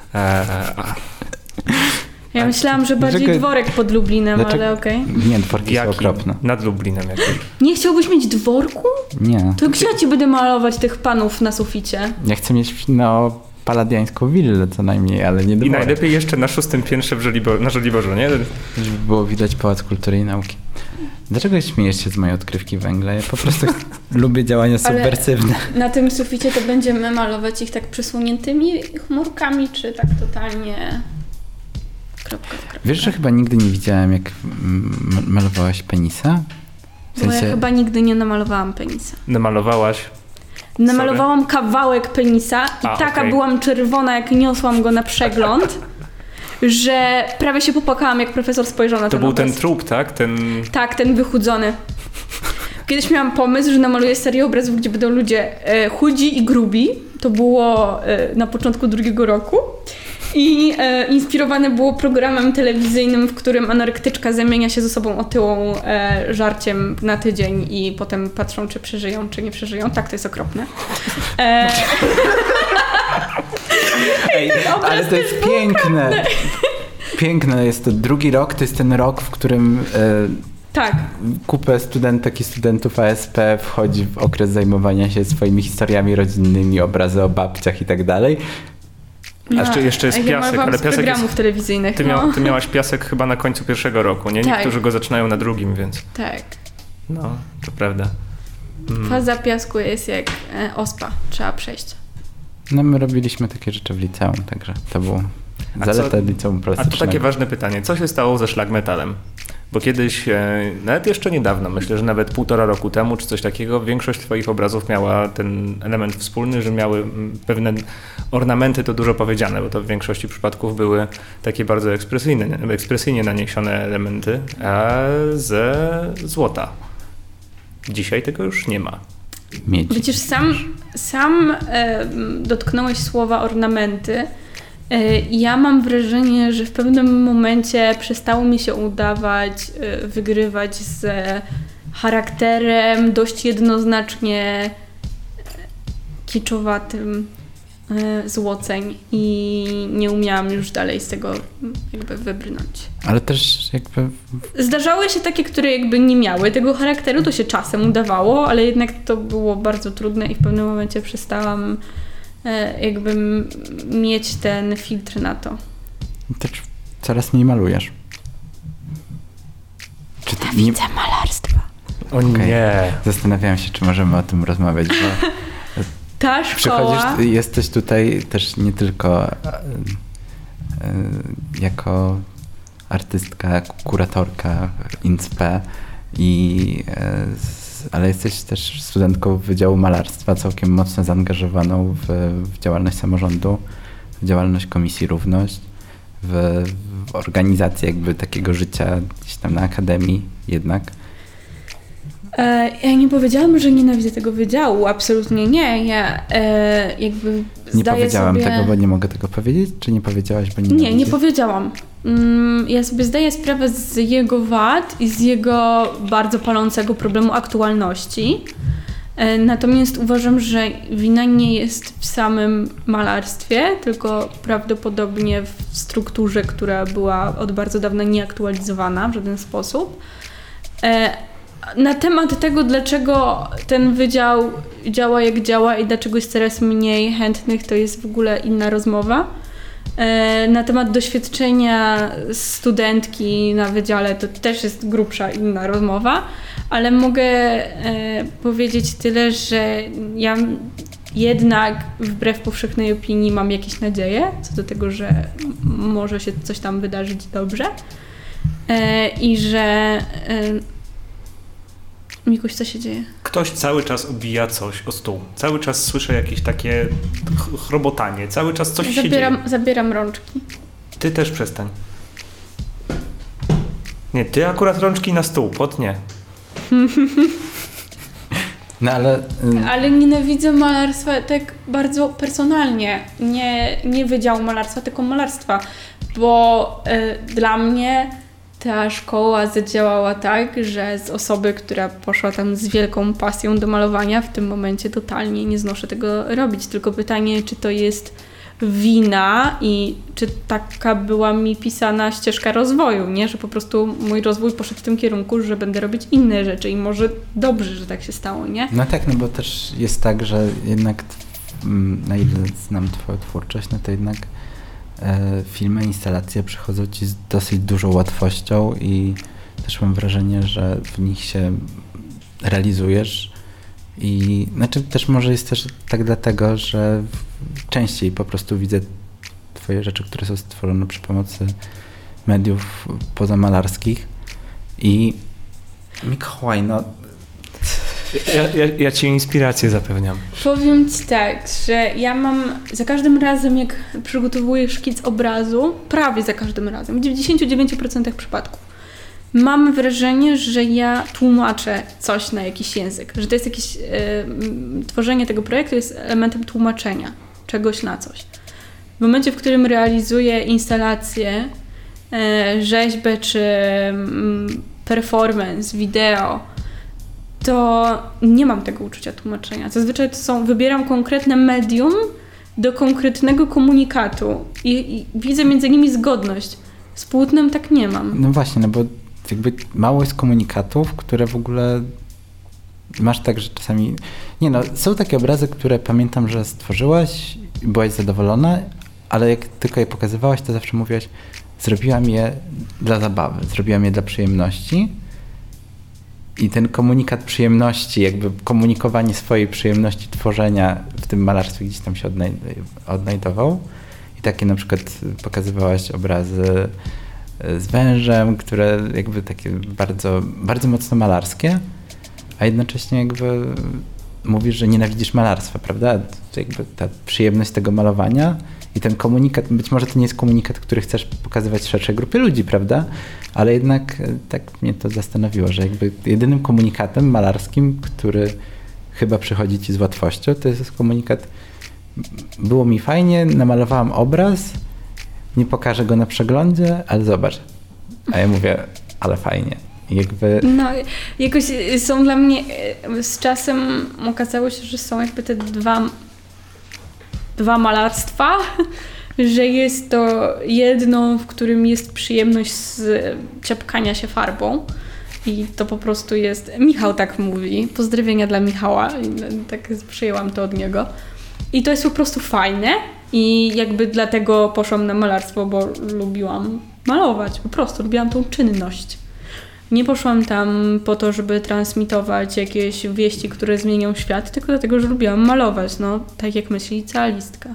Ja myślałam, że bardziej dworek pod Lublinem, ale okej. Nie, dworki są okropne. Nad Lublinem jakiś. Nie chciałbyś mieć dworku? Nie. To gdzie ja ci będę malować tych panów na suficie? Ja chcę mieć, paladiańską willę co najmniej, ale nie dworek. I najlepiej jeszcze na 6. piętrze na Żoliborzu, nie? Żeby było widać Pałac Kultury i Nauki. Dlaczego śmiejesz się z mojej odkrywki węgla? Ja po prostu lubię działania subwersywne. Na tym suficie to będziemy malować ich tak przysłoniętymi chmurkami, czy tak totalnie... Kropka w kropkę. Wiesz, że chyba nigdy nie widziałem, jak malowałaś penisa? W sensie... Bo ja chyba nigdy nie namalowałam penisa. Namalowałaś? Namalowałam kawałek penisa i taka byłam czerwona, jak niosłam go na przegląd, że prawie się popłakałam, jak profesor spojrzał na ten To był obraz. ten trup, tak? Tak, ten wychudzony. Kiedyś miałam pomysł, że namaluję serię obrazów, gdzie będą ludzie chudzi i grubi. To było na początku 2 roku. I inspirowane było programem telewizyjnym, w którym anorektyczka zamienia się ze sobą otyłą żarciem na tydzień i potem patrzą, czy przeżyją, czy nie przeżyją. Tak, to jest okropne. Ej, ale to jest piękne. Piękne jest to. 2 rok to jest ten rok, w którym tak. Kupę studentek i studentów ASP wchodzi w okres zajmowania się swoimi historiami rodzinnymi, obrazy o babciach i tak dalej. A jeszcze jest piasek, ale piasek programów telewizyjnych. Ty miałaś piasek chyba na końcu 1 roku, nie? Tak. Niektórzy go zaczynają na 2, więc... Tak. No, to prawda. Faza piasku jest jak ospa. Trzeba przejść. No my robiliśmy takie rzeczy w liceum, także to było zaleta liceum plastycznego. A to takie ważne pytanie. Co się stało ze szlag metalem? Bo kiedyś, nawet jeszcze niedawno, myślę, że nawet 1,5 roku temu, czy coś takiego, większość twoich obrazów miała ten element wspólny, że miały pewne ornamenty, to dużo powiedziane, bo to w większości przypadków były takie bardzo ekspresyjnie naniesione elementy, a ze złota. Dzisiaj tego już nie ma. Miedzi. Przecież sam dotknąłeś słowa ornamenty. Ja mam wrażenie, że w pewnym momencie przestało mi się udawać wygrywać z charakterem dość jednoznacznie kiczowatym złoceń i nie umiałam już dalej z tego jakby wybrnąć. Ale też jakby... Zdarzały się takie, które jakby nie miały tego charakteru, to się czasem udawało, ale jednak to było bardzo trudne i w pewnym momencie przestałam jakby mieć ten filtr na to. Też coraz mniej malujesz. Czy ty widzę malarstwa. O nie. Zastanawiałem się, czy możemy o tym rozmawiać, bo ta szkoła... Jesteś tutaj też nie tylko jako artystka, kuratorka INSPE, ale jesteś też studentką Wydziału Malarstwa, całkiem mocno zaangażowaną w działalność samorządu, w działalność Komisji Równość, w organizację jakby takiego życia gdzieś tam na akademii jednak. Ja nie powiedziałam, że nienawidzę tego wydziału, absolutnie nie. Ja jakby nie powiedziałam tego, bo nie mogę tego powiedzieć? Czy nie powiedziałaś, bo nie powiedziałam. Ja sobie zdaję sprawę z jego wad i z jego bardzo palącego problemu aktualności. Natomiast uważam, że wina nie jest w samym malarstwie, tylko prawdopodobnie w strukturze, która była od bardzo dawna nieaktualizowana w żaden sposób. Na temat tego, dlaczego ten wydział działa jak działa i dlaczego jest coraz mniej chętnych, to jest w ogóle inna rozmowa. Na temat doświadczenia studentki na wydziale to też jest grubsza inna rozmowa, ale mogę powiedzieć tyle, że ja jednak wbrew powszechnej opinii mam jakieś nadzieje co do tego, że może się coś tam wydarzyć dobrze i że Mikuś, co się dzieje? Ktoś cały czas obija coś o stół. Cały czas słyszę jakieś takie chrobotanie. Cały czas coś się dzieje. Zabieram rączki. Ty też przestań. Nie, ty akurat rączki na stół, pot nie. No ale nienawidzę malarstwa tak bardzo personalnie. Nie wydziału malarstwa, tylko malarstwa. Bo dla mnie ta szkoła zadziałała tak, że z osoby, która poszła tam z wielką pasją do malowania, w tym momencie totalnie nie znoszę tego robić. Tylko pytanie, czy to jest wina i czy taka była mi pisana ścieżka rozwoju, nie? Że po prostu mój rozwój poszedł w tym kierunku, że będę robić inne rzeczy i może dobrze, że tak się stało, nie? No tak, no bo też jest tak, że jednak na ile znam twoją twórczość, no to jednak filmy, instalacje przychodzą ci z dosyć dużą łatwością i też mam wrażenie, że w nich się realizujesz i znaczy też może jest też tak dlatego, że częściej po prostu widzę twoje rzeczy, które są stworzone przy pomocy mediów pozamalarskich i Mikołaj, no... Ja ci inspirację zapewniam. Powiem ci tak, że ja mam za każdym razem, jak przygotowuję szkic obrazu, prawie za każdym razem, w 99% przypadków, mam wrażenie, że ja tłumaczę coś na jakiś język, że to jest jakieś tworzenie tego projektu jest elementem tłumaczenia czegoś na coś. W momencie, w którym realizuję instalację, rzeźbę czy performance, wideo, to nie mam tego uczucia tłumaczenia. Zazwyczaj wybieram konkretne medium do konkretnego komunikatu i widzę między nimi zgodność. Z płótnem tak nie mam. No właśnie, no bo jakby mało jest komunikatów, które w ogóle masz tak, że czasami... Nie no, są takie obrazy, które pamiętam, że stworzyłaś i byłaś zadowolona, ale jak tylko je pokazywałaś, to zawsze mówiłaś, zrobiłam je dla zabawy, zrobiłam je dla przyjemności. I ten komunikat przyjemności, jakby komunikowanie swojej przyjemności tworzenia w tym malarstwie gdzieś tam się odnajdował. I takie na przykład pokazywałaś obrazy z wężem, które jakby takie bardzo, bardzo mocno malarskie, a jednocześnie jakby mówisz, że nienawidzisz malarstwa, prawda? To jakby ta przyjemność tego malowania i ten komunikat, być może to nie jest komunikat, który chcesz pokazywać szerszej grupie ludzi, prawda? Ale jednak tak mnie to zastanowiło, że jakby jedynym komunikatem malarskim, który chyba przychodzi ci z łatwością, to jest komunikat: było mi fajnie, namalowałam obraz, nie pokażę go na przeglądzie, ale zobacz. A ja mówię, ale fajnie. Jakby... No, jakoś są dla mnie, z czasem okazało się, że są jakby te dwa malarstwa, że jest to jedno, w którym jest przyjemność z ciapkania się farbą i to po prostu jest, Michał tak mówi, pozdrowienia dla Michała, tak przyjęłam to od niego i to jest po prostu fajne i jakby dlatego poszłam na malarstwo, bo lubiłam malować, po prostu lubiłam tą czynność. Nie poszłam tam po to, żeby transmitować jakieś wieści, które zmienią świat, tylko dlatego, że lubiłam malować, no tak jak myśli licealistka.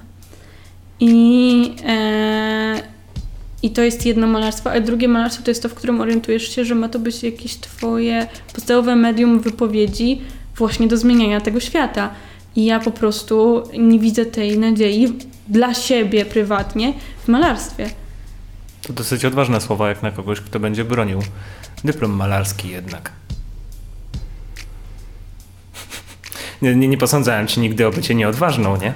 I to jest jedno malarstwo, a drugie malarstwo to jest to, w którym orientujesz się, że ma to być jakieś twoje podstawowe medium wypowiedzi właśnie do zmieniania tego świata. I ja po prostu nie widzę tej nadziei dla siebie prywatnie w malarstwie. To dosyć odważne słowa, jak na kogoś, kto będzie bronił dyplom malarski jednak. Nie posądzałem ci nigdy o bycie nieodważną, nie?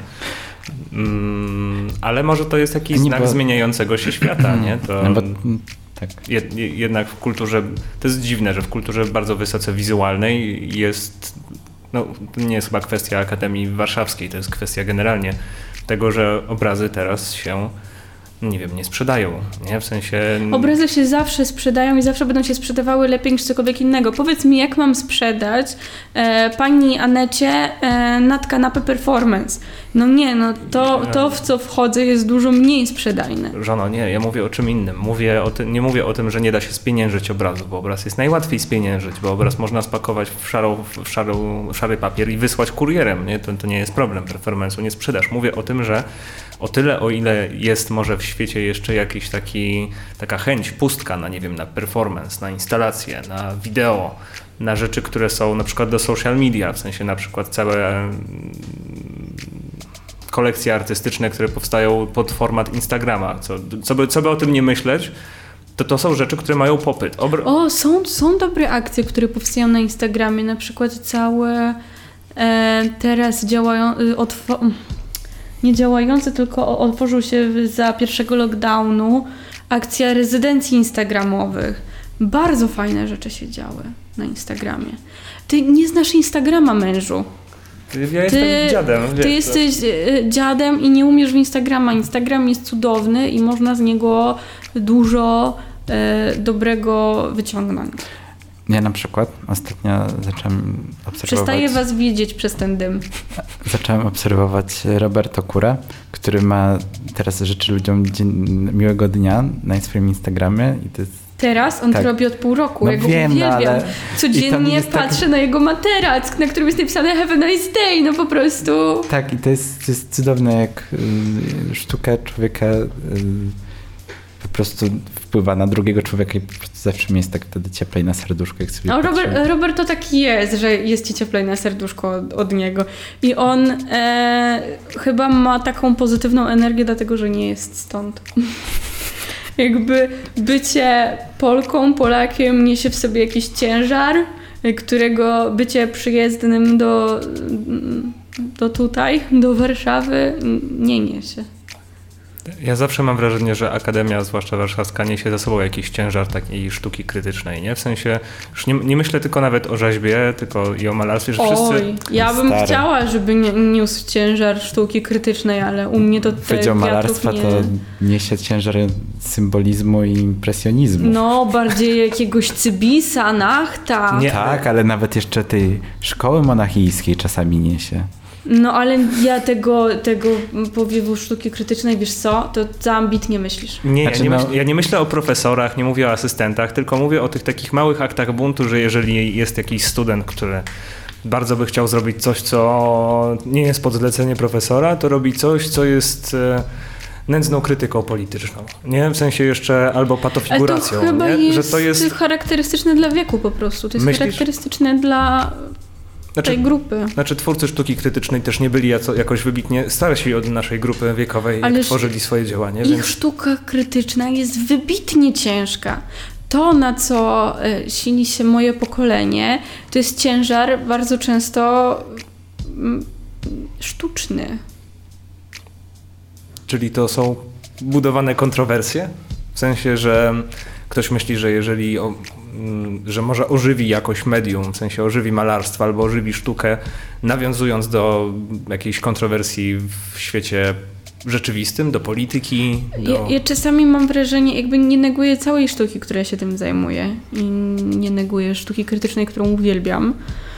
Ale może to jest jakiś znak zmieniającego się świata, nie? To tak. Jednak w kulturze, to jest dziwne, że w kulturze bardzo wysoce wizualnej jest, no to nie jest chyba kwestia Akademii Warszawskiej, to jest kwestia generalnie tego, że obrazy teraz się, nie wiem, nie sprzedają, nie? W sensie... Obrazy się zawsze sprzedają i zawsze będą się sprzedawały lepiej niż cokolwiek innego. Powiedz mi, jak mam sprzedać pani Anecie nad kanapę performance? No nie, no to w co wchodzę jest dużo mniej sprzedajne. Żono, nie, ja mówię o czym innym. Nie mówię o tym, że nie da się spieniężyć obrazu, bo obraz jest najłatwiej spieniężyć, bo obraz można spakować w szary papier i wysłać kurierem, nie? To nie jest problem, performance'u nie sprzedasz. Mówię o tym, że o tyle, o ile jest może w świecie jeszcze jakiś taka chęć, pustka na, nie wiem, na performance, na instalację, na wideo, na rzeczy, które są na przykład do social media, w sensie na przykład całe kolekcje artystyczne, które powstają pod format Instagrama. Co by o tym nie myśleć, to są rzeczy, które mają popyt. Są dobre akcje, które powstają na Instagramie, na przykład całe teraz nie działające, tylko otworzył się za pierwszego lockdownu akcja rezydencji instagramowych. Bardzo fajne rzeczy się działy na Instagramie. Ty nie znasz Instagrama, mężu. Ja jestem dziadem. Ty jesteś dziadem i nie umiesz w Instagrama. Instagram jest cudowny i można z niego dużo dobrego wyciągnąć. Ja na przykład ostatnio zacząłem obserwować... Przestaję was widzieć przez ten dym. Zacząłem obserwować Roberto Kurę, który ma teraz życzy ludziom miłego dnia na swoim Instagramie. I to jest... Teraz? On to robi od pół roku. No ja go wiem, uwielbiam. ale... Codziennie patrzę na jego materac, na którym jest napisane Have a nice day, no po prostu. Tak, i to jest cudowne, jak sztuka człowieka po prostu wpływa na drugiego człowieka i po prostu zawsze mi jest tak wtedy cieplej na serduszko, jak sobie Robert to taki jest, że jest ci cieplej na serduszko od niego. I on chyba ma taką pozytywną energię, dlatego że nie jest stąd. Jakby bycie Polką, Polakiem niesie w sobie jakiś ciężar, którego bycie przyjezdnym do tutaj, do Warszawy nie niesie. Ja zawsze mam wrażenie, że Akademia, zwłaszcza warszawska, niesie za sobą jakiś ciężar takiej sztuki krytycznej, nie? W sensie, już nie myślę tylko nawet o rzeźbie, tylko i o malarstwie, że wszyscy... Ja bym chciała, żeby niósł ciężar sztuki krytycznej, ale u mnie to Wydział malarstwa nie... to niesie ciężar symbolizmu i impresjonizmu. No, bardziej jakiegoś Cybisa, Nachta. Nie, tak, ale nawet jeszcze tej szkoły monachijskiej czasami niesie. No ale ja tego powiewu sztuki krytycznej, wiesz co, to za ambitnie myślisz. Ja nie myślę o profesorach, nie mówię o asystentach, tylko mówię o tych takich małych aktach buntu, że jeżeli jest jakiś student, który bardzo by chciał zrobić coś, co nie jest pod zlecenie profesora, to robi coś, co jest nędzną krytyką polityczną. Nie? W sensie jeszcze albo patofiguracją. Ale to chyba nie? jest, że to jest charakterystyczne dla wieku po prostu. To jest charakterystyczne dla... tej grupy. Znaczy twórcy sztuki krytycznej też nie byli jakoś wybitnie starsi od naszej grupy wiekowej, jak tworzyli swoje działanie. Ich sztuka krytyczna jest wybitnie ciężka. To, na co sili się moje pokolenie, to jest ciężar bardzo często sztuczny. Czyli to są budowane kontrowersje? W sensie, że ktoś myśli, że że może ożywi jakoś medium, w sensie ożywi malarstwo albo ożywi sztukę, nawiązując do jakiejś kontrowersji w świecie rzeczywistym, do polityki. Ja czasami mam wrażenie, jakby nie neguję całej sztuki, która się tym zajmuje i nie neguję sztuki krytycznej, którą uwielbiam.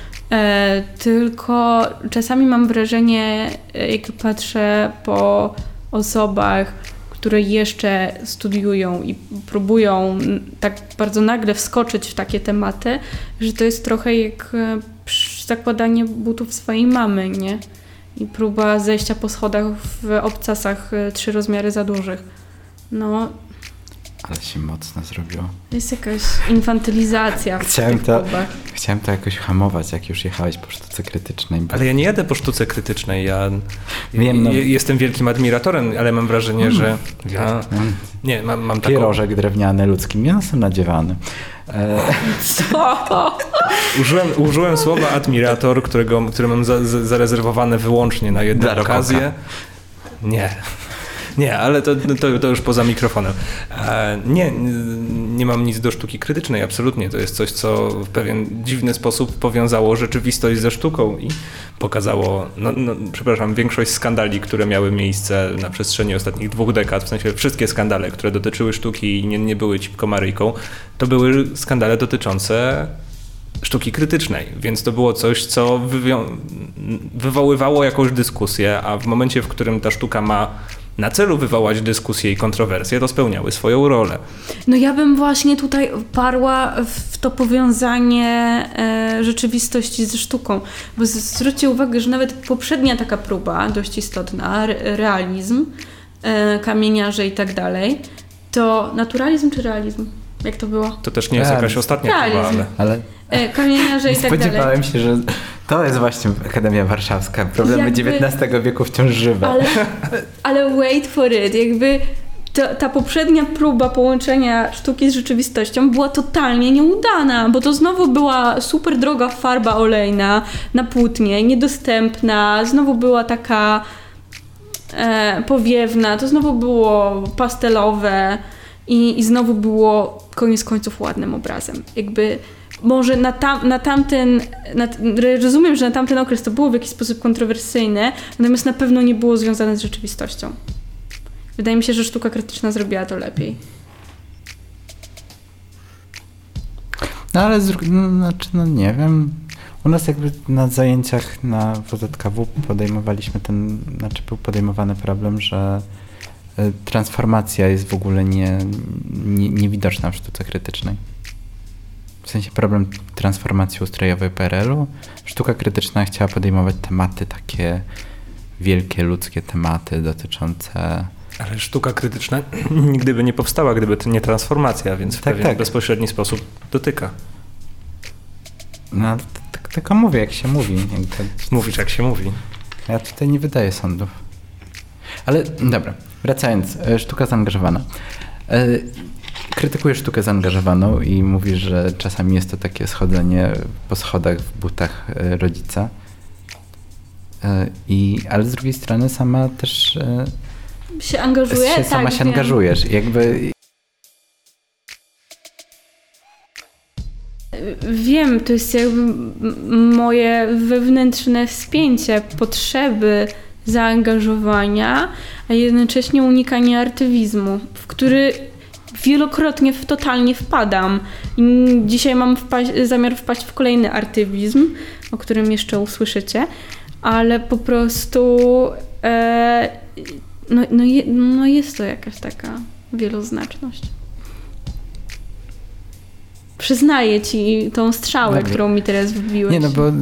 Tylko czasami mam wrażenie, jak patrzę po osobach, które jeszcze studiują i próbują tak bardzo nagle wskoczyć w takie tematy, że to jest trochę jak zakładanie butów swojej mamy, nie? I próba zejścia po schodach w obcasach 3 rozmiary za dużych. No. Ale się mocno zrobiło. To jest jakaś infantylizacja w tych próbach. Chciałem to jakoś hamować, jak już jechałeś po sztuce krytycznej. Ale ja nie jadę po sztuce krytycznej. Ja jestem wielkim admiratorem, ale mam wrażenie, że... mam taką... Pierożek drewniany ludzki mięsem nadziewany. Co? Użyłem słowa admirator, które mam zarezerwowane wyłącznie na jedną okazję. Nie, ale to już poza mikrofonem. Nie mam nic do sztuki krytycznej, absolutnie. To jest coś, co w pewien dziwny sposób powiązało rzeczywistość ze sztuką i pokazało, większość skandali, które miały miejsce na przestrzeni ostatnich 2 dekad, w sensie wszystkie skandale, które dotyczyły sztuki i nie były cipko-maryjką, to były skandale dotyczące sztuki krytycznej, więc to było coś, co wywoływało jakąś dyskusję, a w momencie, w którym ta sztuka ma na celu wywołać dyskusję i kontrowersje, to spełniały swoją rolę. No ja bym właśnie tutaj parła w to powiązanie rzeczywistości ze sztuką, bo zwróćcie uwagę, że nawet poprzednia taka próba, dość istotna, realizm, kamieniarze i tak dalej, to naturalizm czy realizm? Jak to było? To też nie jest jakaś ostatnia próba, ale... Kamieniarze i tak dalej. Spodziewałem się, że to jest właśnie Akademia Warszawska. Problemy XIX wieku wciąż żywe. Ale wait for it. Jakby ta poprzednia próba połączenia sztuki z rzeczywistością była totalnie nieudana, bo to znowu była super droga farba olejna na płótnie, niedostępna, znowu była taka powiewna, to znowu było pastelowe i znowu było koniec końców ładnym obrazem. Jakby może rozumiem, że na tamten okres to było w jakiś sposób kontrowersyjne, natomiast na pewno nie było związane z rzeczywistością. Wydaje mi się, że sztuka krytyczna zrobiła to lepiej. No ale nie wiem. U nas jakby na zajęciach na WZKW był podejmowany problem, że transformacja jest w ogóle niewidoczna w sztuce krytycznej. W sensie problem transformacji ustrojowej PRL-u. Sztuka krytyczna chciała podejmować tematy takie wielkie, ludzkie tematy dotyczące Ale sztuka krytyczna nigdy by nie powstała, gdyby to nie transformacja, więc w pewien bezpośredni sposób dotyka. No, tylko mówię, jak się mówi. Mówisz, jak się mówi. Ja tutaj nie wydaję sądów. Ale dobra, wracając. Sztuka zaangażowana. Krytykujesz sztukę zaangażowaną i mówisz, że czasami jest to takie schodzenie po schodach w butach rodzica. Ale z drugiej strony sama też się angażuje? Sama się angażujesz. Wiem, to jest jakby moje wewnętrzne wspięcie, potrzeby zaangażowania, a jednocześnie unikanie artywizmu, w który wielokrotnie totalnie wpadam. I dzisiaj mam zamiar wpaść w kolejny artywizm, o którym jeszcze usłyszycie, ale po prostu jest to jakaś taka wieloznaczność. Przyznaję ci tą strzałę, którą mi teraz wbiłeś.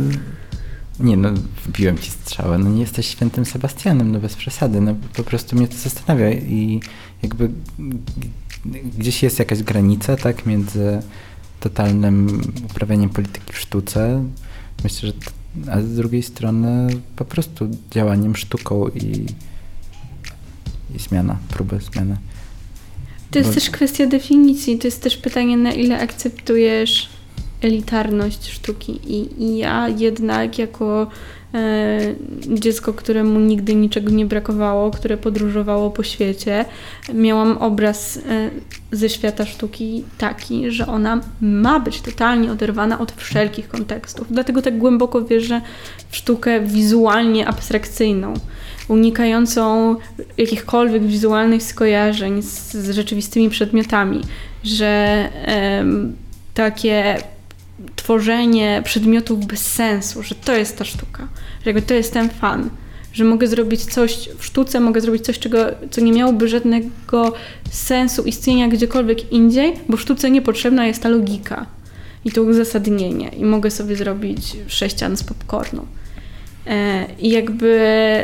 Wbiłem ci strzałę. Nie jesteś świętym Sebastianem, bez przesady. Po prostu mnie to zastanawia i jakby gdzieś jest jakaś granica, tak, między totalnym uprawianiem polityki w sztuce. Myślę, że a z drugiej strony po prostu działaniem sztuką i zmiana, próby zmiany. To jest też kwestia definicji, to jest też pytanie, na ile akceptujesz elitarność sztuki. I ja jednak jako dziecko, któremu nigdy niczego nie brakowało, które podróżowało po świecie, miałam obraz ze świata sztuki taki, że ona ma być totalnie oderwana od wszelkich kontekstów. Dlatego tak głęboko wierzę w sztukę wizualnie abstrakcyjną, unikającą jakichkolwiek wizualnych skojarzeń z rzeczywistymi przedmiotami, że takie tworzenie przedmiotów bez sensu, że to jest ta sztuka, że jakby to jest ten fan, że mogę zrobić coś w sztuce, mogę zrobić coś, co nie miałoby żadnego sensu istnienia gdziekolwiek indziej, bo w sztuce niepotrzebna jest ta logika i to uzasadnienie i mogę sobie zrobić 6 ścian z popcornu. I jakby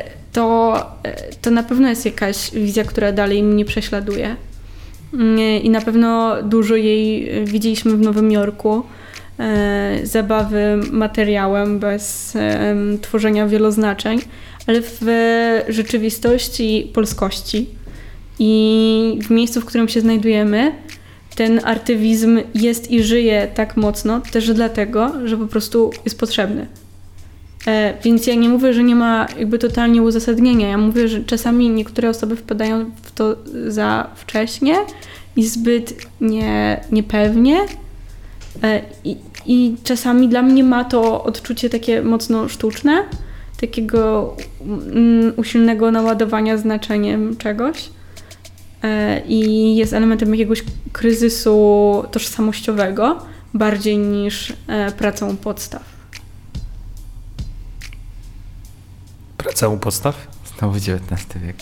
to na pewno jest jakaś wizja, która dalej mnie prześladuje. I na pewno dużo jej widzieliśmy w Nowym Jorku. Zabawy materiałem bez tworzenia wieloznaczeń, ale w rzeczywistości polskości i w miejscu, w którym się znajdujemy, ten artywizm jest i żyje tak mocno też dlatego, że po prostu jest potrzebny. Więc ja nie mówię, że nie ma jakby totalnie uzasadnienia. Ja mówię, że czasami niektóre osoby wpadają w to za wcześnie i zbyt niepewnie. I czasami dla mnie ma to odczucie takie mocno sztuczne, takiego usilnego naładowania znaczeniem czegoś i jest elementem jakiegoś kryzysu tożsamościowego bardziej niż pracą podstaw. Praca u podstaw? Znowu XIX wiek.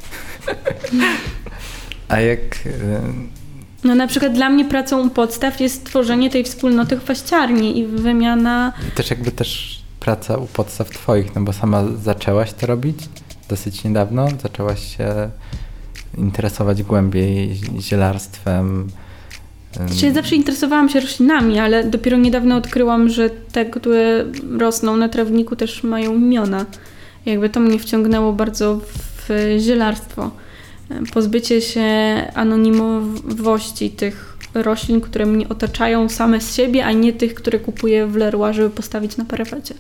A jak... No na przykład dla mnie pracą u podstaw jest tworzenie tej wspólnoty chwaściarni i wymiana... Też praca u podstaw twoich, no bo sama zaczęłaś to robić dosyć niedawno, zaczęłaś się interesować głębiej zielarstwem. Ja zawsze interesowałam się roślinami, ale dopiero niedawno odkryłam, że te, które rosną na trawniku, też mają imiona. Jakby to mnie wciągnęło bardzo w zielarstwo. Pozbycie się anonimowości tych roślin, które mnie otaczają same z siebie, a nie tych, które kupuję w Leroy, żeby postawić na parapecie.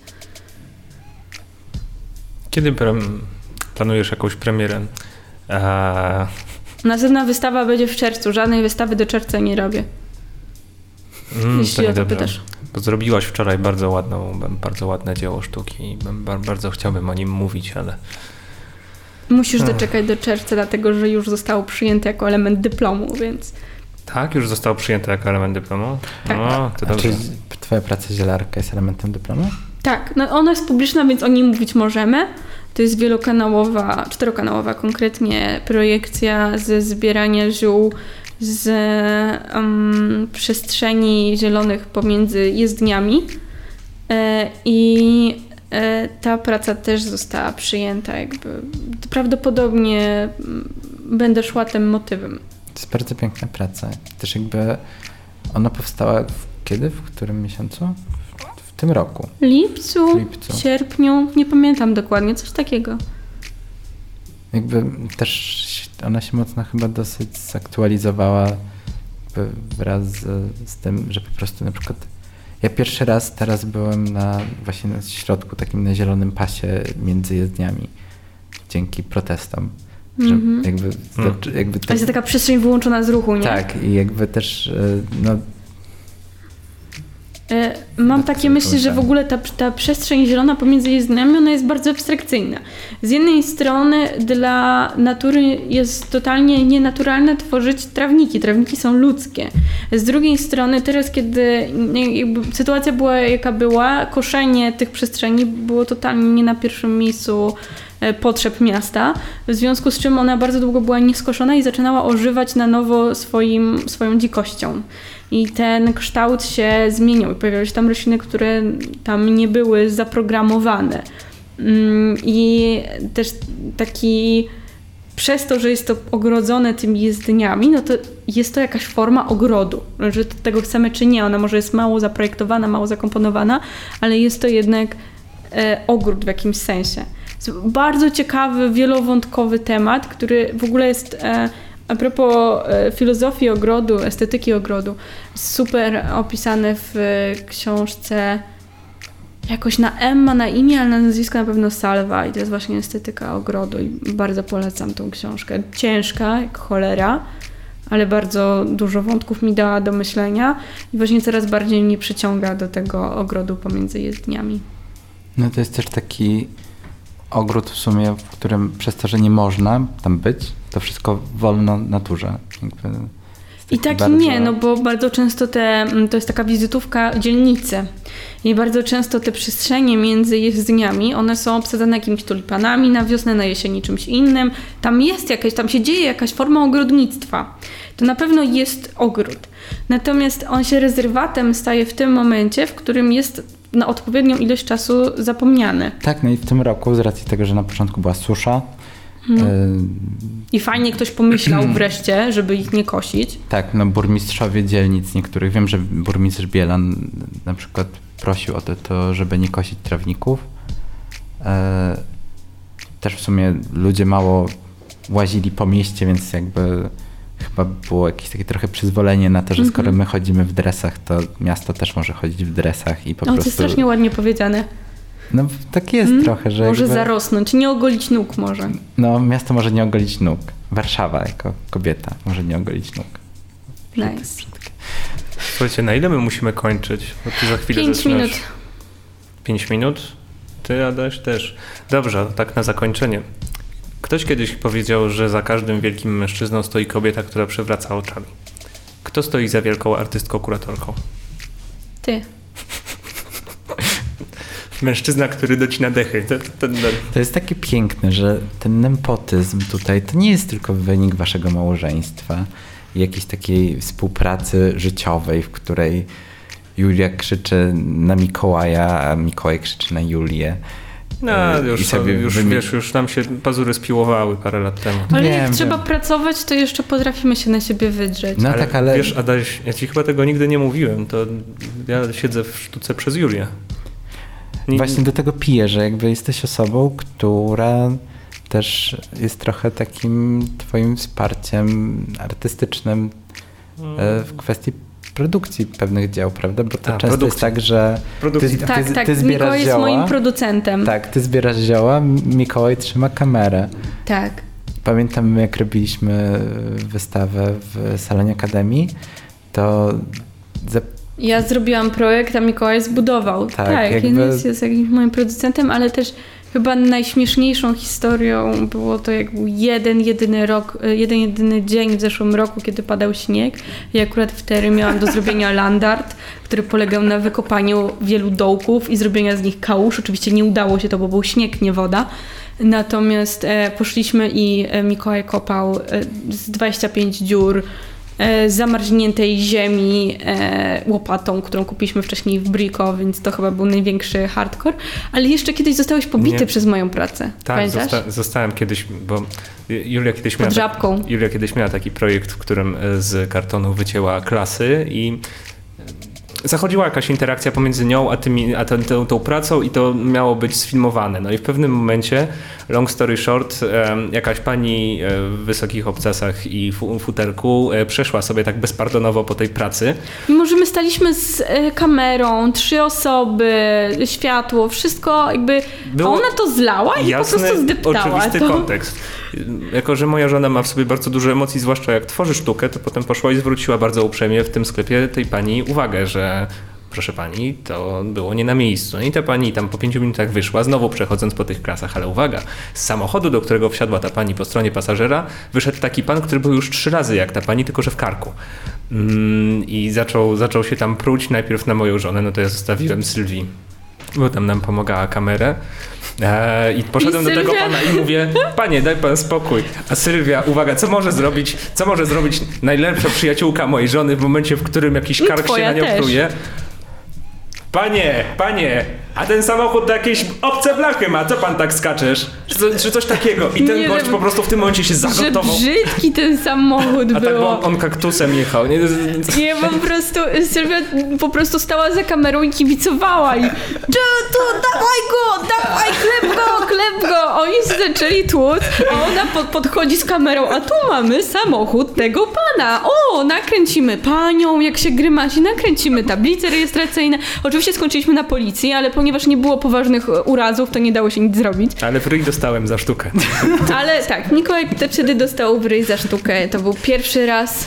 Kiedy planujesz jakąś premierę? Następna wystawa będzie w czerwcu. Żadnej wystawy do czerwca nie robię. Jeśli o to pytasz. Bo zrobiłaś wczoraj bardzo ładne dzieło sztuki. Bardzo chciałbym o nim mówić, ale... Musisz doczekać do czerwca, dlatego że już zostało przyjęte jako element dyplomu, więc... Tak? Już zostało przyjęte jako element dyplomu? Tak. To dobrze. Czy twoja praca zielarka jest elementem dyplomu? Tak, no ona jest publiczna, więc o niej mówić możemy. To jest wielokanałowa, 4-kanałowa konkretnie projekcja ze zbierania ziół z przestrzeni zielonych pomiędzy jezdniami i ta praca też została przyjęta jakby prawdopodobnie będę szła tym motywem. To jest bardzo piękna praca. Też jakby ona powstała kiedy? W którym miesiącu? W tym roku. Lipcu, sierpniu, nie pamiętam dokładnie, coś takiego. Jakby też ona się mocno chyba dosyć zaktualizowała wraz z tym, że po prostu na przykład ja pierwszy raz teraz byłem właśnie na środku, takim na zielonym pasie między jezdniami dzięki protestom. Że jakby to jest taka przestrzeń wyłączona z ruchu, nie? Tak, i jakby też mam takie myśli, że w ogóle ta przestrzeń zielona pomiędzy jezdniami, ona jest bardzo abstrakcyjna. Z jednej strony dla natury jest totalnie nienaturalne tworzyć trawniki. Trawniki są ludzkie. Z drugiej strony teraz, kiedy jakby sytuacja była jaka była, koszenie tych przestrzeni było totalnie nie na pierwszym miejscu potrzeb miasta, w związku z czym ona bardzo długo była nieskoszona i zaczynała ożywać na nowo swoją dzikością. I ten kształt się zmieniał. Pojawiały się tam rośliny, które tam nie były zaprogramowane. I też taki, przez to, że jest to ogrodzone tymi jezdniami, no to jest to jakaś forma ogrodu. Że tego chcemy czy nie. Ona może jest mało zaprojektowana, mało zakomponowana, ale jest to jednak ogród w jakimś sensie. Jest bardzo ciekawy, wielowątkowy temat, który w ogóle jest... A propos filozofii ogrodu, estetyki ogrodu, super opisane w książce jakoś na M ma na imię, ale na nazwisko na pewno Salva i to jest właśnie estetyka ogrodu i bardzo polecam tą książkę. Ciężka jak cholera, ale bardzo dużo wątków mi dała do myślenia i właśnie coraz bardziej mnie przyciąga do tego ogrodu pomiędzy jezdniami. No to jest też taki ogród w sumie, w którym przez to, że nie można tam być, to wszystko wolno naturze. I tak bardzo... i nie, no bo bardzo często to jest taka wizytówka dzielnicy. I bardzo często te przestrzenie między jezdniami, one są obsadzone jakimiś tulipanami na wiosnę, na jesieni czymś innym. Tam się dzieje jakaś forma ogrodnictwa. To na pewno jest ogród. Natomiast on się rezerwatem staje w tym momencie, w którym jest na odpowiednią ilość czasu zapomniany. Tak, no i w tym roku z racji tego, że na początku była susza. I fajnie ktoś pomyślał wreszcie, żeby ich nie kosić. Tak, no burmistrzowie dzielnic niektórych. Wiem, że burmistrz Bielan na przykład prosił o to, żeby nie kosić trawników. Też w sumie ludzie mało łazili po mieście, więc jakby chyba było jakieś takie trochę przyzwolenie na to, że skoro my chodzimy w dresach, to miasto też może chodzić w dresach i po prostu... To jest strasznie ładnie powiedziane. No tak jest trochę, że... Może zarosnąć, nie ogolić nóg może. No miasto może nie ogolić nóg. Warszawa jako kobieta może nie ogolić nóg. Nice. Słuchajcie, na ile my musimy kończyć? Bo ty za chwilę 5 zaczynasz... minut. 5 minut? Ty, Adaś, też. Dobrze, tak na zakończenie. Ktoś kiedyś powiedział, że za każdym wielkim mężczyzną stoi kobieta, która przewraca oczami. Kto stoi za wielką artystką-kuratorką? Ty. Mężczyzna, który docina dechy. To jest takie piękne, że ten nepotyzm tutaj to nie jest tylko wynik waszego małżeństwa i jakiejś takiej współpracy życiowej, w której Julia krzyczy na Mikołaja, a Mikołaj krzyczy na Julię. No, już nam się pazury spiłowały parę lat temu. Ale jak trzeba pracować, to jeszcze potrafimy się na siebie wydrzeć. No tak, ale... Wiesz, Adaś, ja ci chyba tego nigdy nie mówiłem, to ja siedzę w sztuce przez Julię. Właśnie do tego piję, że jakby jesteś osobą, która też jest trochę takim twoim wsparciem artystycznym w kwestii produkcji pewnych dzieł, prawda? Bo to często jest tak, że ty zbierasz Mikołaj zioła. jest moim producentem. Tak, ty zbierasz zioła, Mikołaj trzyma kamerę. Tak. Pamiętam, jak robiliśmy wystawę w salonie Akademii, to ja zrobiłam projekt, a Mikołaj zbudował. Tak, jest jakimś moim producentem, ale też chyba najśmieszniejszą historią było to, jak był jeden jedyny dzień w zeszłym roku, kiedy padał śnieg i akurat wtedy miałam do zrobienia landart, który polegał na wykopaniu wielu dołków i zrobienia z nich kałuż. Oczywiście nie udało się to, bo był śnieg, nie woda. Natomiast poszliśmy i Mikołaj kopał z 25 dziur zamarzniętej ziemi łopatą, którą kupiliśmy wcześniej w Brico, więc to chyba był największy hardcore. Ale jeszcze kiedyś zostałeś pobity przez moją pracę. Tak, zostałem kiedyś, bo Julia kiedyś miała taki projekt, w którym z kartonu wycięła klasy i zachodziła jakaś interakcja pomiędzy nią a tą pracą i to miało być sfilmowane. No i w pewnym momencie, long story short, jakaś pani w wysokich obcasach i futerku przeszła sobie tak bezpardonowo po tej pracy. Mimo, że my staliśmy z kamerą, 3 osoby, światło, wszystko jakby... Było ona to zlała i jasny, po prostu zdeptała. Oczywisty kontekst. Jako że moja żona ma w sobie bardzo dużo emocji, zwłaszcza jak tworzy sztukę, to potem poszła i zwróciła bardzo uprzejmie w tym sklepie tej pani uwagę, że proszę pani, to było nie na miejscu. No i ta pani tam po 5 minutach wyszła, znowu przechodząc po tych klasach, ale uwaga, z samochodu, do którego wsiadła ta pani po stronie pasażera, wyszedł taki pan, który był już 3 razy jak ta pani, tylko że w karku. I zaczął się tam pruć najpierw na moją żonę, no to ja zostawiłem Sylwii, bo tam nam pomagała kamerę. I poszedłem do tego pana i mówię, panie, daj pan spokój. A Sylwia, uwaga, co może zrobić najlepsza przyjaciółka mojej żony w momencie, w którym jakiś kark się na nią pruje? Panie, a ten samochód to jakieś obce blachy ma, co pan tak skaczesz? Czy coś takiego? I ten gość po prostu w tym momencie się zagotował. Że brzydki ten samochód był. A tak, bo on kaktusem jechał. Nie, po prostu Sylwia po prostu stała za kamerą i kibicowała i dawaj, klep go. Oni się zaczęli tłuc, a ona podchodzi z kamerą, a tu mamy samochód tego pana. O, nakręcimy panią, jak się grymaci, nakręcimy tablice rejestracyjne. Oczywiście skończyliśmy na policji, ale ponieważ nie było poważnych urazów, to nie dało się nic zrobić. Ale w ryj dostałem za sztukę. Ale tak, Mikołaj Ptaszczydy dostał w ryj za sztukę. To był pierwszy raz.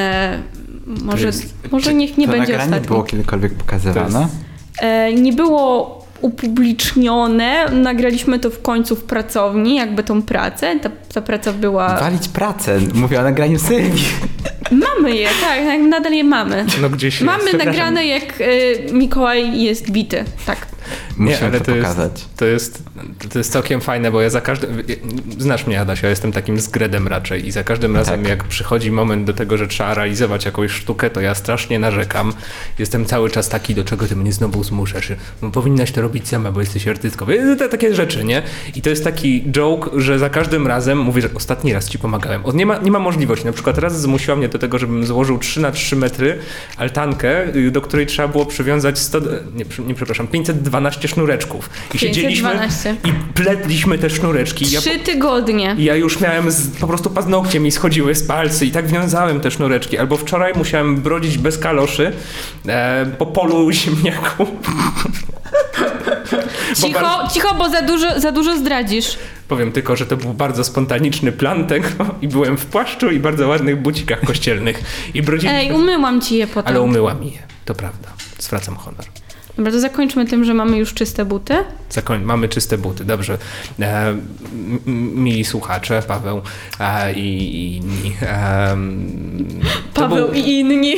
Może niech nie będzie ostatni. To nagranie było kiedykolwiek pokazywane? Nie było upublicznione. Nagraliśmy to w końcu w pracowni, jakby tą pracę. Ta praca była... Walić pracę. Mówię o nagraniu Sylwii. Mamy je, tak, nadal je mamy. No gdzieś mamy nagrane, jak Mikołaj jest bity, tak. Nie, ale to jest całkiem fajne, bo ja za każdym... Znasz mnie, Adasia, ja jestem takim zgredem raczej i za każdym razem, jak przychodzi moment do tego, że trzeba realizować jakąś sztukę, to ja strasznie narzekam. Jestem cały czas taki, do czego ty mnie znowu zmuszasz. No, powinnaś to robić sama, bo jesteś artystką. Takie rzeczy, nie? I to jest taki joke, że za każdym razem mówię, że ostatni raz ci pomagałem. Nie ma możliwości. Na przykład raz zmusiła mnie do tego, żebym złożył 3x3 metry altankę, do której trzeba było przywiązać 512 sznureczków. I 512. Siedzieliśmy i pletliśmy te sznureczki. 3 tygodnie. I ja już miałem po prostu paznokcie mi schodziły z palcy i tak wiązałem te sznureczki. Albo wczoraj musiałem brodzić bez kaloszy po polu ziemniaku. Cicho, bo za dużo zdradzisz. Powiem tylko, że to był bardzo spontaniczny plan tego i byłem w płaszczu i bardzo ładnych bucikach kościelnych. I brodziliśmy... umyłam ci je potem. Ale umyłam je, to prawda. Zwracam honor. Dobra, to zakończmy tym, że mamy już czyste buty. Mamy czyste buty, dobrze. Mili słuchacze, Paweł i inni. Paweł i inni.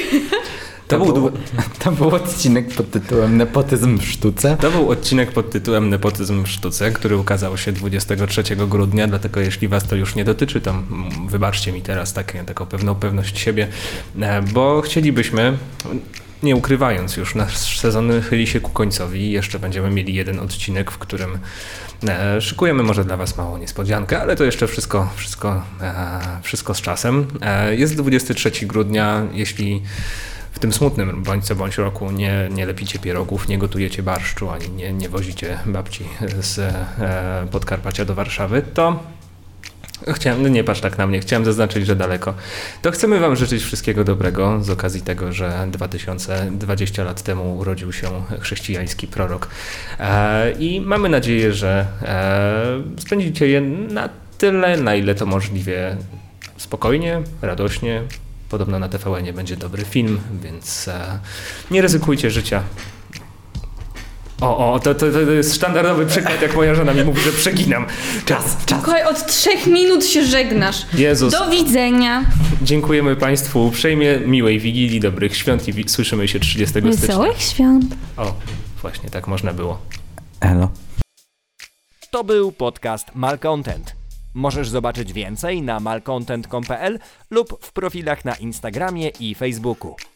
To był odcinek pod tytułem Nepotyzm w sztuce. To był odcinek pod tytułem Nepotyzm w sztuce, który ukazał się 23 grudnia, dlatego jeśli was to już nie dotyczy, to wybaczcie mi teraz taką pewną pewność siebie, bo chcielibyśmy, nie ukrywając już, nasz sezon chyli się ku końcowi i jeszcze będziemy mieli jeden odcinek, w którym szykujemy może dla was małą niespodziankę, ale to jeszcze wszystko z czasem. Jest 23 grudnia, jeśli w tym smutnym bądź roku nie lepicie pierogów, nie gotujecie barszczu, ani nie wozicie babci z Podkarpacia do Warszawy, to nie patrz tak na mnie, chciałem zaznaczyć, że daleko. To chcemy wam życzyć wszystkiego dobrego z okazji tego, że 2020 lat temu urodził się chrześcijański prorok. I mamy nadzieję, że spędzicie je na tyle, na ile to możliwie spokojnie, radośnie. Podobno na TVN-ie będzie dobry film, więc nie ryzykujcie życia. To jest sztandarowy przykład, jak moja żona mi mówi, że przeginam. Czas. Mikołaj, od 3 minut się żegnasz. Jezus. Do widzenia. Dziękujemy Państwu uprzejmie, miłej Wigilii, dobrych świąt i słyszymy się 30 stycznia. Wesołych świąt. O, właśnie, tak można było. Elo. To był podcast Malcontent. Możesz zobaczyć więcej na malcontent.pl lub w profilach na Instagramie i Facebooku.